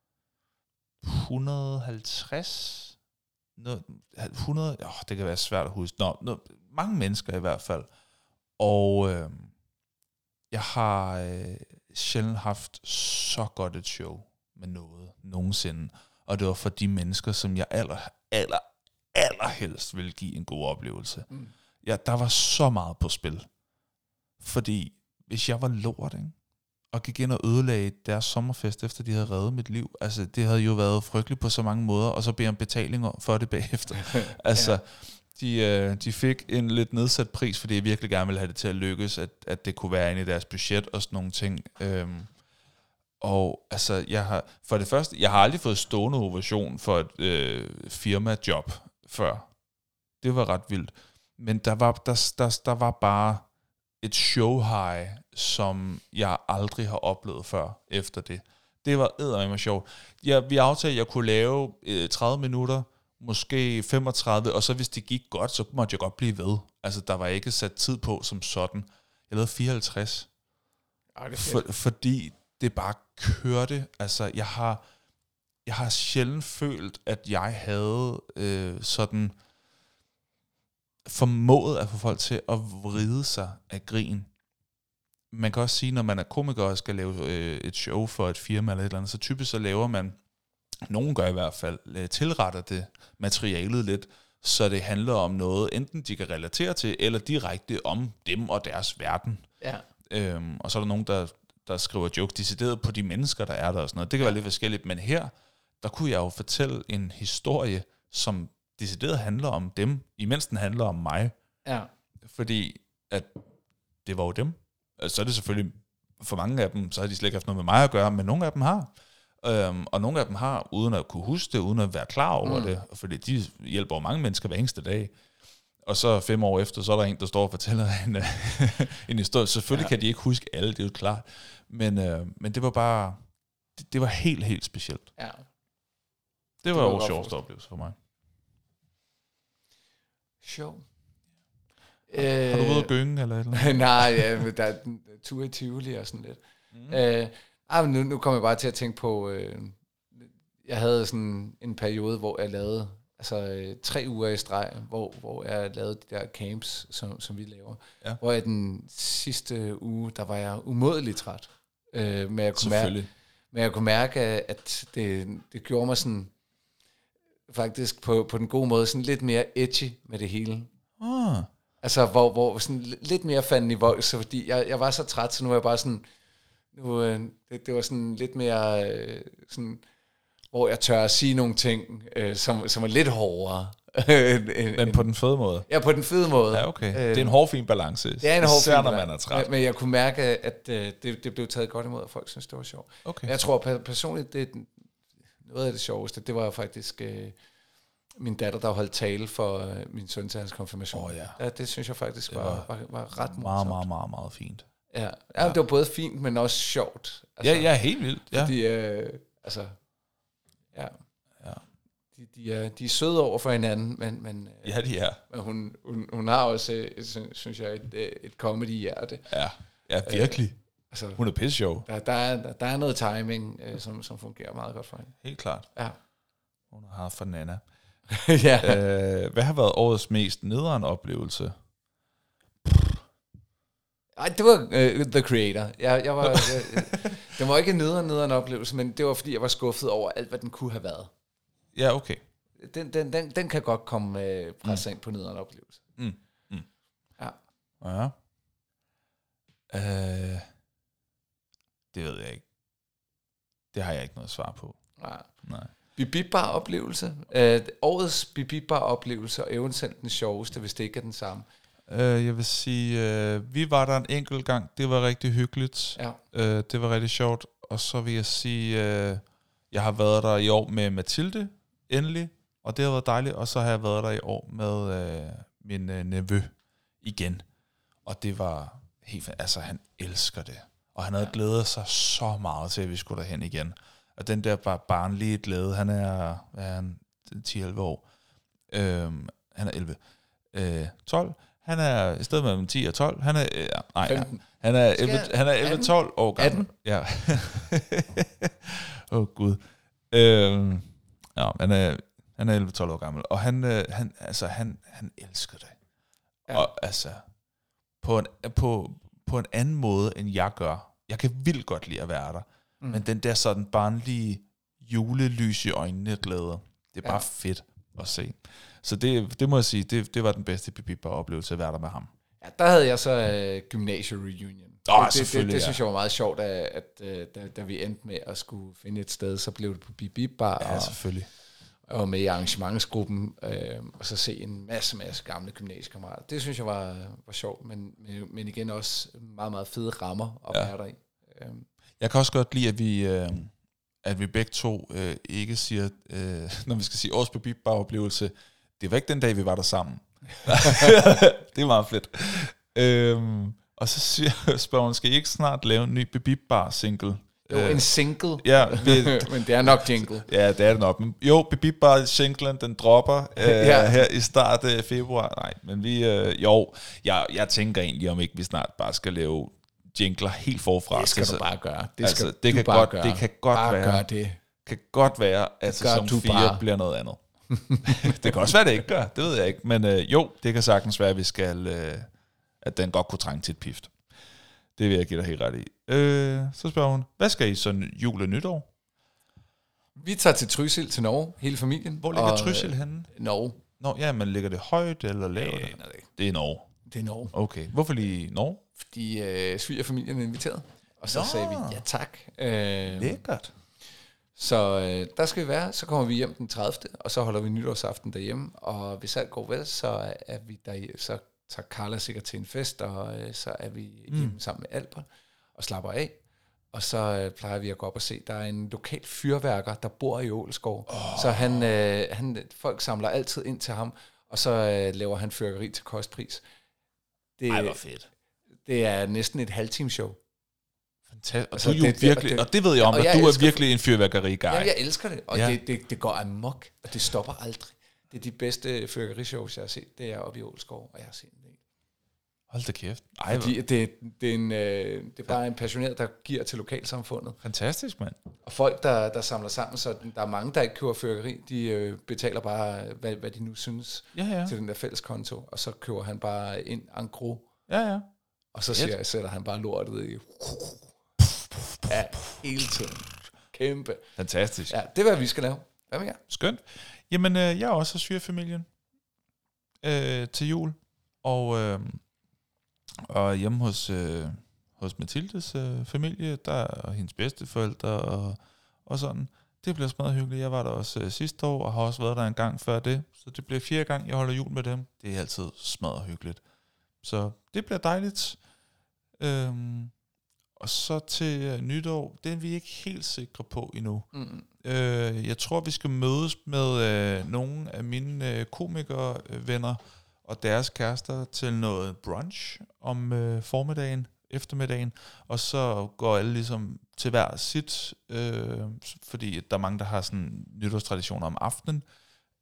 et hundrede og halvtreds? hundrede? Oh, det kan være svært at huske. Nå, no, mange mennesker i hvert fald. Og øh, jeg har øh, sjældent haft så godt et show med noget nogensinde. Og det var for de mennesker, som jeg aller, aller, allerhelst ville give en god oplevelse. Mm. Ja, der var så meget på spil. Fordi hvis jeg var lort, ikke? Og gik ind og ødelagde deres sommerfest, efter de havde reddet mit liv. Altså, det havde jo været frygteligt på så mange måder, og så beder om betaling for det bagefter. Altså, ja. de, de fik en lidt nedsat pris, fordi jeg virkelig gerne ville have det til at lykkes, at, at det kunne være inde i deres budget og sådan nogle ting. Øhm, og altså, jeg har, for det første, jeg har aldrig fået stående ovation for et øh, firma-job før. Det var ret vildt. Men der var, der, der, der var bare et show high, som jeg aldrig har oplevet før efter det. Det var eddermame sjovt. Jeg, vi aftalte, at jeg kunne lave øh, tredive minutter, måske femogtredive, og så hvis det gik godt, så måtte jeg godt blive ved. Altså, der var ikke sat tid på som sådan. Jeg lavede fireoghalvtreds. Ej, det er for, fordi det bare kørte. Altså, jeg har, jeg har sjældent følt, at jeg havde øh, sådan formået at få folk til at vride sig af grin. Man kan også sige, når man er komiker og skal lave øh, et show for et firma eller et eller andet, så typisk så laver man, nogen gør i hvert fald, øh, tilretter det materialet lidt, så det handler om noget, enten de kan relatere til, eller direkte om dem og deres verden. Ja. Øhm, og så er der nogen, der, der skriver jokes decideret på de mennesker, der er der og sådan noget. Det kan være lidt forskelligt, men her, der kunne jeg jo fortælle en historie, som decideret handler om dem, imens den handler om mig. Ja. Fordi at det var jo dem. Altså, så er det selvfølgelig, for mange af dem, så har de slet ikke haft noget med mig at gøre, men nogle af dem har. Øhm, og nogle af dem har, uden at kunne huske det, uden at være klar over mm. det, fordi de hjælper jo mange mennesker hver eneste dag. Og så fem år efter, så er der en, der står og fortæller en, en historie. Selvfølgelig ja. Kan de ikke huske alle, det er jo klart. Men, øh, men det var bare, det, det var helt, helt specielt. Ja. Det var jo sjoveste oplevelse for mig. Sjov. Har du været ude at gynge, eller et eller andet? Nej, ja, der er tur i Tivoli og sådan lidt. Mm. Øh, ah, nu, nu kommer jeg bare til at tænke på, øh, jeg havde sådan en periode, hvor jeg lavede altså øh, tre uger i streg, hvor, hvor jeg lavede de der camps, som, som vi laver. Ja. Hvor jeg den sidste uge, der var jeg umådeligt træt. Øh, men, jeg kunne mærke, men jeg kunne mærke, at det, det gjorde mig sådan, faktisk på, på den gode måde, sådan lidt mere edgy med det hele. Ah. Altså, hvor, hvor sådan lidt mere fanden i vold, så fordi jeg, jeg var så træt, så nu er jeg bare sådan, nu, øh, det, det var sådan lidt mere, øh, sådan, hvor jeg tør at sige nogle ting, øh, som, som er lidt hårdere. Men på den fede måde? Ja, på den fede måde. Ja, okay. Det er en hårfin balance. Det er en hårfin balance. Når man er træt. Men, men jeg kunne mærke, at øh, det, det blev taget godt imod, at folk synes, det var sjovt. Okay. Jeg tror personligt, det noget af det sjoveste, det var faktisk øh, min datter, der holdt tale for øh, min søn til hans konfirmation. Oh, ja. Ja, det synes jeg faktisk var, var, var, var ret morsomt. Meget, meget, meget, meget fint. Ja, ja, ja. Det var både fint, men også sjovt. Altså, ja, ja, helt vildt. Ja. Fordi, øh, altså, ja. ja. de, de, er, de er søde over for hinanden, men, men, Ja, de er. men hun, hun, hun har også, et, synes jeg, et, et comedy-hjerte. Ja, ja virkelig. Øh, altså, hun er pisse sjov. Der, der, er, der, der er noget timing, øh, som, som fungerer meget godt for hende. Helt klart. Ja. Hun har for Nana. ja. øh, hvad har været årets mest nederen oplevelse? Ej, det var uh, The Creator. Jeg, jeg var, jeg, det var ikke en nederen, nederen oplevelse, men det var, fordi jeg var skuffet over alt, hvad den kunne have været. Ja, okay. Den, den, den, den kan godt komme uh, presset mm. ind på nederen oplevelse. Mm. Mm. Ja. Ja. Uh, det ved jeg ikke. Det har jeg ikke noget svar på. Nej. Nej. Bibibbar oplevelse. Uh, årets Bibibbar oplevelse, og eventuelt den sjoveste, hvis det ikke er den samme. Uh, jeg vil sige, uh, vi var der en enkelt gang. Det var rigtig hyggeligt. Ja. Uh, det var rigtig sjovt. Og så vil jeg sige, uh, jeg har været der i år med Mathilde, endelig. Og det har været dejligt. Og så har jeg været der i år med uh, min uh, nevø igen. Og det var helt fantastisk. Altså, han elsker det. Og han havde ja. glædet sig så meget til, at vi skulle derhen igen. Og den der bare barnlige glæde, han er, hvad er han, ti elleve år. Øhm, han er elleve. Øh, tolv. Han er i stedet mellem ti og tolv. Han er, øh, nej, ja, han er elleve, han er elleve tolv år gammel. atten Ja. Åh, oh, Gud. Øhm, ja, han er, han er elleve tolv år gammel. Og han, øh, han, altså, han, han elsker det. Ja. Og altså, på en, på, på en anden måde, end jeg gør. Jeg kan vildt godt lide at være der. Mm. Men den der sådan barnlige julelys i øjnene glæder, det er bare ja. fedt at se. Så det, det må jeg sige, det, det var den bedste Bibibbar-oplevelse at være der med ham. Ja, der havde jeg så uh, gymnasie-reunion. Oh, det, det, det, det ja. synes jeg var meget sjovt, at, at, at da, da vi endte med at skulle finde et sted, så blev det på Bibibbar. Ja, og, selvfølgelig. Og jeg var med i arrangementsgruppen, øh, og så se en masse, masse gamle gymnasiekammerater. Det synes jeg var, var sjovt, men, men, men igen også meget, meget fede rammer at ja. være der i. Øh. Jeg kan også godt lide, at vi... Øh, at vi begge to øh, ikke siger, øh, når vi skal sige års Bibibbar-oplevelse, det var ikke den dag, vi var der sammen. Det er meget fedt. Øhm, og så siger spørgeren, skal I ikke snart lave en ny Bibibbar-single? Jo, øh, en single, ja, vi, men det er nok jingle. Ja, det er det nok. Men jo, Bibibbar-singlen, den dropper øh, ja. her i start af februar. Nej, men vi, øh, jo, jeg, jeg tænker egentlig, om ikke vi snart bare skal lave jingler helt forfra. Det skal altså, du bare gøre. Det, skal altså, det du kan bare godt, gøre. Det kan godt bare være. Gør det. Kan godt være, at sæson fire bare. bliver noget andet. Det kan også være, det ikke gør. Det ved jeg ikke. Men øh, jo, det kan sagtens være, at vi skal, øh, at den godt kunne trænge til et pift. Det vil jeg give dig helt ret i. Øh, så spørger hun, hvad skal I sådan jul og nytår? Vi tager til Trysil til Norge, hele familien. Hvor ligger Trysil henne? Norge. Nå, ja, men ligger det højt eller lavt? Det, det. det er Norge. Det er Norge. Okay, hvorfor lige Norge? Fordi øh, svigerfamilien er inviteret. Og så Nå. sagde vi, ja tak. Øh, Lækkert. Så øh, der skal vi være. Så kommer vi hjem den tredivte og så holder vi nytårsaften derhjemme. Og hvis alt går vel, så er vi der, så tager Carla sikkert til en fest, og øh, så er vi hjemme mm. sammen med Albert og slapper af. Og så øh, plejer vi at gå op og se, der er en lokal fyrværker, der bor i Ålskov. Oh. Så han, øh, han, folk samler altid ind til ham, og så øh, laver han fyrværkeri til kostpris. Det, Ej, hvor fedt. Det er næsten et halvtimes show. Fantastisk. Og, altså, du det, virkelig, det, og det ved jeg om, ja, at jeg du er virkelig en fyrværkeri-guy. Ja, jeg elsker det, og ja. det, det, det går amok, og det stopper aldrig. Det er de bedste fyrværkerishows, jeg har set, det er oppe i Ålskov, og jeg har set en del. Hold da kæft. Ej, Fordi det, det, er en, øh, det er bare en passioneret, der giver til lokalsamfundet. Fantastisk, mand. Og folk, der, der samler sammen, så der er mange, der ikke køber fyrværkeri, de øh, betaler bare, hvad, hvad de nu synes, ja, ja. til den der fælles konto, og så køber han bare ind en gros. Ja, ja. Og så siger, sætter han bare lortet i. Ja, hele tiden. Kæmpe. Fantastisk. Ja, det er, hvad vi skal lave. Hvad med jer? Skønt. Jamen, øh, jeg er også hos svigerfamilien øh, til jul, og, øh, og hjemme hos, øh, hos Mathildes øh, familie, der er hendes bedsteforældre og, og sådan. Det bliver smadret hyggeligt. Jeg var der også øh, sidste år, og har også været der en gang før det, så det bliver fjerde gang, jeg holder jul med dem. Det er altid smadret hyggeligt. Så det bliver dejligt. Øhm, og så til øh, nytår, den er vi ikke helt sikre på endnu. Mm. Øh, jeg tror, vi skal mødes med øh, nogle af mine øh, komikervenner og deres kærester til noget brunch om øh, formiddagen, eftermiddagen, og så går alle ligesom til hver sit, øh, fordi der er mange, der har sådan nytårstraditioner om aftenen.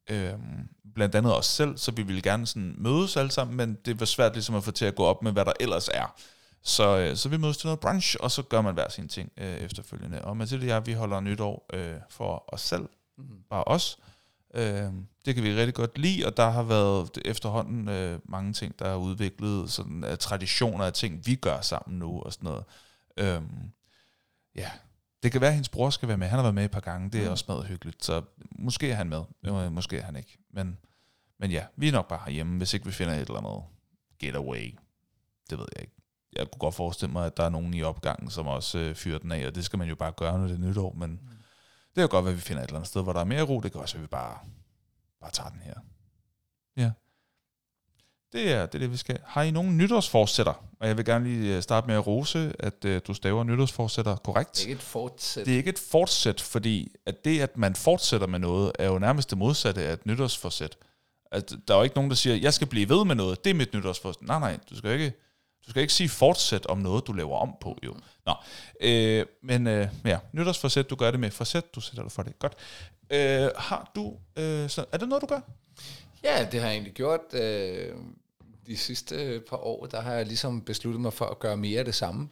Øhm, blandt andet os selv, så vi ville gerne sådan mødes alle sammen, men det var svært ligesom at få til at gå op med, hvad der ellers er. Så, øh, så vi mødes til noget brunch, og så gør man hver sin ting øh, efterfølgende. Og Mathilde og jeg, vi holder nytår øh, for os selv, mm-hmm. bare os. Øh, det kan vi rigtig godt lide, og der har været efterhånden øh, mange ting, der er udviklet, sådan uh, traditioner af ting, vi gør sammen nu, og sådan noget. Øh, ja, det kan være, at hendes bror skal være med. Han har været med et par gange, det er mm. også meget hyggeligt, så måske er han med, måske er han ikke. Men, men ja, vi er nok bare herhjemme, hvis ikke vi finder et eller andet getaway. Det ved jeg ikke. Jeg kunne godt forestille mig, at der er nogen i opgangen, som også øh, fyrer den af, og det skal man jo bare gøre, når det er nytår, men mm. det kan godt være, at vi finder et eller andet sted, hvor der er mere ro. Det kan også være, at vi bare, bare tager den her. Ja. Det er, det er det, vi skal. Har I nogen nytårsforsætter? Og jeg vil gerne lige starte med at rose, at uh, du staver nytårsforsætter korrekt. Det er ikke et fortsæt. Det er ikke et fortsæt, fordi at det, at man fortsætter med noget, er jo nærmest det modsatte af et nytårsforsæt. At der er jo ikke nogen, der siger, jeg skal blive ved med noget, det er mit nytårsforsæt. Nej, nej, du skal ikke, du skal ikke sige fortsæt om noget, du laver om på, jo. Nå, øh, men øh, ja, nytårsforsæt, du gør det med forsæt, du sætter dig for det. Godt. Øh, har du, øh, så, er det noget, du gør? Ja, det har jeg egentlig gjort. Øh, de sidste par år, der har jeg ligesom besluttet mig for at gøre mere af det samme.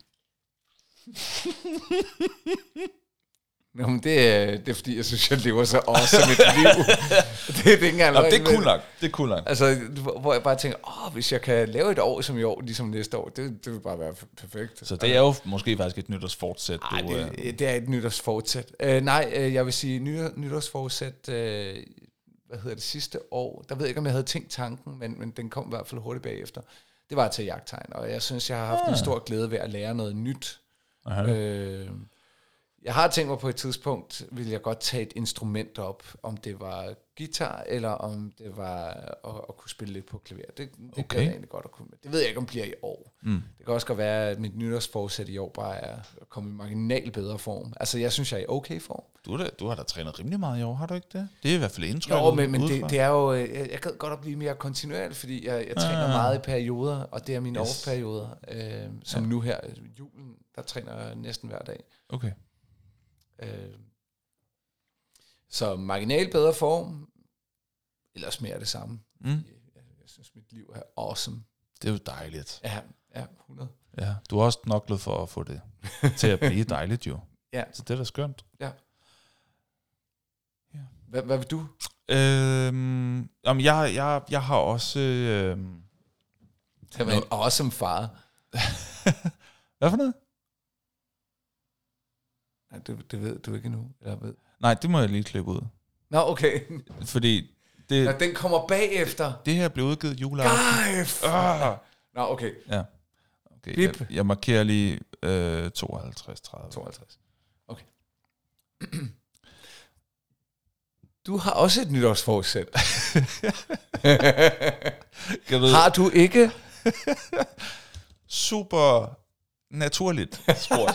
Nå, men det, er, det er fordi, jeg synes, jeg lever så awesome et liv. det, det er ikke engang løgn. Det er cool nok. Det er cool nok. Altså, hvor jeg bare tænker, åh, hvis jeg kan lave et år som i år, ligesom næste år, det, det vil bare være perfekt. Så det er jo måske faktisk et nytårsfortsæt. Nej, det, det er et nytårsfortsæt. Uh, nej, uh, jeg vil sige nytårsfortsæt, uh, hvad hedder det, sidste år, der ved jeg ikke, om jeg havde tænkt tanken, men, men den kom i hvert fald hurtigt bagefter. Det var at tage jagttegn, og jeg synes, jeg har haft ah. en stor glæde ved at lære noget nyt. Uh, Jeg har tænkt mig på et tidspunkt, ville jeg godt tage et instrument op, om det var guitar, eller om det var at, at kunne spille lidt på klaver. Det, det okay. Gør jeg egentlig godt at kunne. Det ved jeg ikke, om det bliver i år. Mm. Det kan også godt være, at mit nytårsforsæt i år bare er at komme i marginal bedre form. Altså, jeg synes, jeg er i okay form. Du, da, du har da trænet rimelig meget i år, har du ikke det? Det er i hvert fald indtryk. Jo, men, men det, det er jo... Jeg, jeg kan godt at blive mere kontinuerligt, fordi jeg, jeg træner ah. meget i perioder, og det er mine yes. off-perioder. Øh, som ja. Nu her, julen, der træner jeg næsten hver dag. Okay. Øh, så marginal bedre form, ellers mere det samme. Mm. Jeg, jeg, jeg synes, mit liv er awesome. Det er jo dejligt. Ja, ja, hundrede. Ja, du har også knoklet for at få det til at blive dejligt, jo. Ja. Så det er da skønt. Ja. Ja. Hvad, hvad vil du? Øhm, jamen, jeg, jeg, jeg har også... Øhm, det var en awesome far. Hvad for noget? Nej, det, det ved du ikke endnu, eller ved. Nej, det må jeg lige klippe ud. Nå, okay. Fordi det... Nå, den kommer bagefter. Det her blev udgivet juleaften. Ah. Nå, okay. Ja. Okay, jeg, jeg markerer lige øh, tooghalvtreds tredive. tooghalvtreds. Okay. Du har også et nytårsforsæt. Har du ikke? Super naturligt spurgt.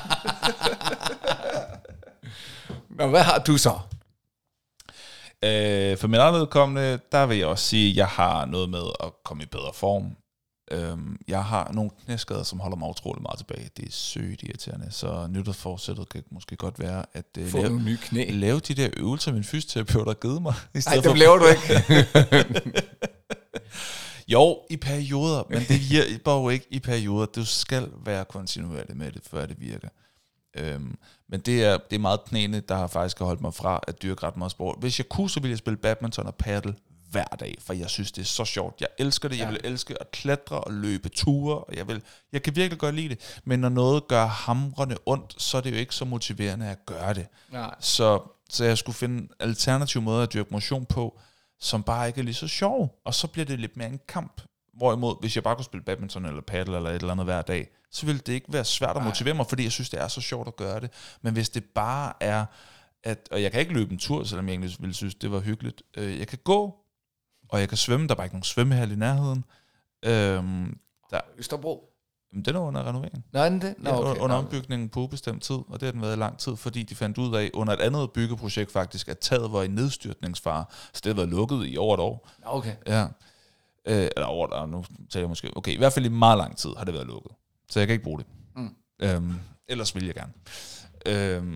Nå, hvad har du så? Øh, for min eget vedkommende, der vil jeg også sige, at jeg har noget med at komme i bedre form. Øh, jeg har nogle knæskader, som holder mig utrolig meget tilbage. Det er sødt irriterende, så nytårsforsættet kan måske godt være at uh, få lave, nye knæ. lave de der øvelser, min fysioterapeut har givet mig. Nej, dem laver du ikke. Jo, i perioder, men det hjælper jo ikke i perioder. Du skal være kontinuerlig med det, før det virker. Øhm, men det er, det er meget knæene, der har faktisk holdt mig fra at dyrke ret meget sport. Hvis jeg kunne, så ville jeg spille badminton og paddle hver dag, for jeg synes, det er så sjovt. Jeg elsker det. Jeg ja. vil elske at klatre og løbe ture, og jeg, vil, jeg kan virkelig godt lide det. Men når noget gør hamrende ondt, så er det jo ikke så motiverende at gøre det. Nej. Så, så jeg skulle finde alternative måder at dyrke motion på, som bare ikke er lige så sjov, og så bliver det lidt mere en kamp. Hvorimod, hvis jeg bare kunne spille badminton eller paddle eller et eller andet hver dag, så ville det ikke være svært at motivere mig, fordi jeg synes, det er så sjovt at gøre det. Men hvis det bare er, at, og jeg kan ikke løbe en tur, selvom jeg egentlig ville synes, det var hyggeligt. Jeg kan gå, og jeg kan svømme, der er bare ikke nogen svømmehal i nærheden. Øhm, der, Østerbro? Den er under renovering. Nej, den det? Nå, ja, okay. Under ombygningen på ubestemt tid, og det har den været i lang tid, fordi de fandt ud af, under et andet byggeprojekt faktisk, at taget var i nedstyrtningsfare, så det har været lukket i over et år. Okay. Ja. Øh, eller over et år, nu tager jeg måske, okay, i hvert fald i meget lang tid har det været lukket, så jeg kan ikke bruge det. Mm. Øhm, ellers vil jeg gerne. Øhm,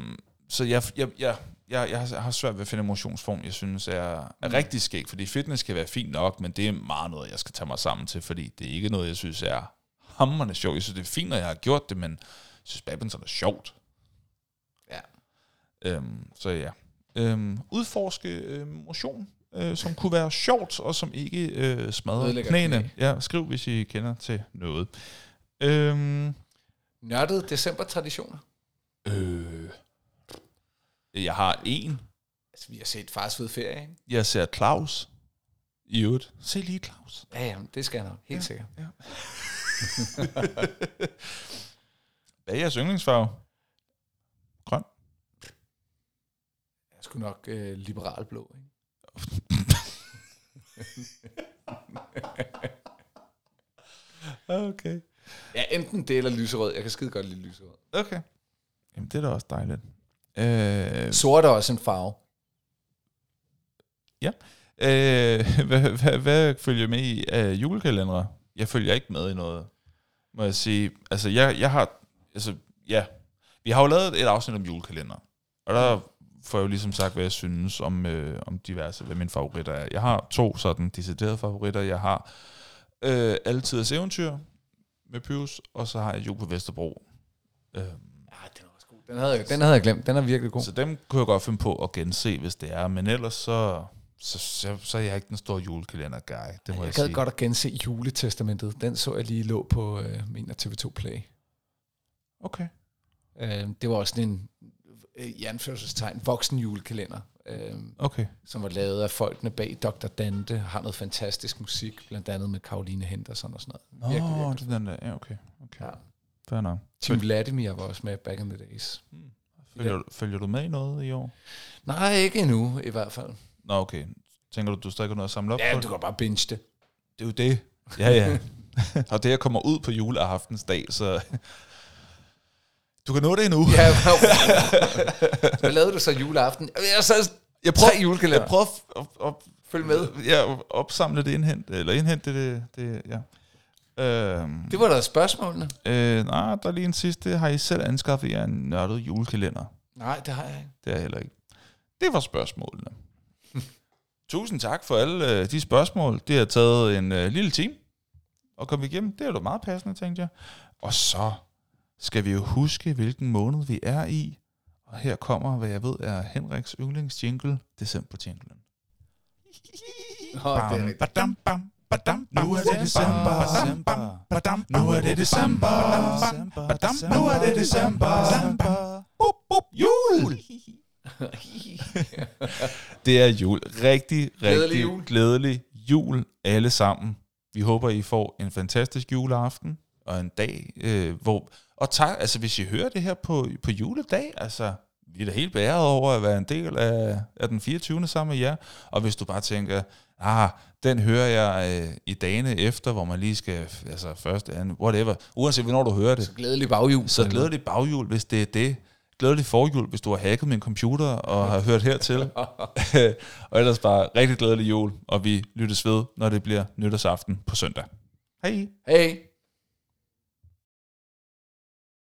så jeg, jeg, jeg, jeg, jeg har svært ved at finde en motionsform, jeg synes er, er mm. rigtig skæg, fordi fitness kan være fint nok, men det er meget noget, jeg skal tage mig sammen til, fordi det er ikke noget, jeg synes er hamrende sjovt. Jeg synes, det er fint, når jeg har gjort det, men jeg synes, badminton er sjovt. Ja. Øhm, så ja. Øhm, udforske øh, motion, øh, som kunne være sjovt, og som ikke øh, smadrer knæene. Knæ. Ja, skriv, hvis I kender til noget. Øhm, Nørdede december-traditioner? Øh, jeg har en. Altså, vi har set Fars Fede Ferie, ikke? Jeg ser Claus. I øvrigt. Se lige Claus. Ja, ja, det skal jeg nok. Helt ja, sikkert. Ja. Hvad er jeres yndlingsfarve? Grøn? Jeg skulle nok øh, liberal blå, ikke? Okay. Ja, enten det eller lyserød. Jeg kan skide godt lide lyserød. Okay. Jamen, det er da også dejligt. Øh... Sort er også en farve. Ja. Øh, hvad, hvad, hvad følger med i af julekalendere? Jeg følger ikke med i noget, må jeg sige. Altså, jeg, jeg har... Altså, ja. Vi har jo lavet et afsnit om julekalender. Og der får jeg jo ligesom sagt, hvad jeg synes om, øh, om diverse, hvad mine favoritter er. Jeg har to sådan deciderede favoritter. Jeg har øh, Altidets Eventyr med Pyrus, og så har jeg Jul på Vesterbro. Øh, ja, den er også god. Den havde, jeg, den havde jeg glemt. Den er virkelig god. Så dem kunne jeg godt finde på at gense, hvis det er. Men ellers så... Så, så, så er jeg ikke den store julekalender-guy. Det må jeg jeg gad sige. godt at gense Juletestamentet. Den så jeg lige lå på øh, min T V to Play. Okay. Øh, det var også sådan en øh, i anførselstegn voksen julekalender, øh, okay. som var lavet af folkene bag doktor Dante. Har noget fantastisk musik, blandt andet med Caroline Henderson og sådan noget. Virkelig, Nå, virkelig. Det er den der. Ja, okay. okay. Ja. Fair nok. Tim Vladimir var også med back in the days. Hmm. Følger, følger du med i noget i år? Nej, ikke endnu i hvert fald. Nå, okay. Tænker du, du stadig har noget at samle op ja, på? Ja, du kan bare binge det. Det er jo det. Ja, ja. Og det her kommer ud på juleaftensdag, så... Du kan nå det endnu. Ja, hvad lavede du så juleaften? Jeg så jeg prøver, tre julekalender. Jeg prøver at, at, at følge med. Ja, opsamle det, indhent, eller indhente det, det ja. Øhm, det var da spørgsmålene. Øh, nej, der er lige en sidste. Har I selv anskaffet jer en nørdet julekalender? Nej, det har jeg ikke. Det er jeg heller ikke. Det var spørgsmålene. Tusind tak for alle øh, de spørgsmål. Det har taget en øh, lille time at komme igennem. Det er jo meget passende, tænkte jeg. Og så skal vi jo huske, hvilken måned vi er i. Og her kommer, hvad jeg ved, er Henriks yndlingsjingle, december-jinglen. Oh, badam, bam, badam. Nu er det december. Badam, nu er det december. Badam, nu er det december. Bup, bup, jul! Det er jul. Rigtig, rigtig glædelig jul. glædelig jul alle sammen. Vi håber, I får en fantastisk juleaften og en dag, øh, hvor... Og tak, altså hvis I hører det her på, på juledag, altså vi er da helt beæret over at være en del af, af den fireogtyvende sammen med jer. Og hvis du bare tænker, ah, den hører jeg øh, i dagene efter, hvor man lige skal, altså første, anden, whatever, uanset hvornår du hører det. Så glædelig baghjul. Så glædelig baghjul, hvis det er det. Glædelig forjul, hvis du har hacket min computer og har hørt hertil. Og ellers bare rigtig glædelig jul, og vi lyttes ved, når det bliver nytårsaften på søndag. Hej! Hej!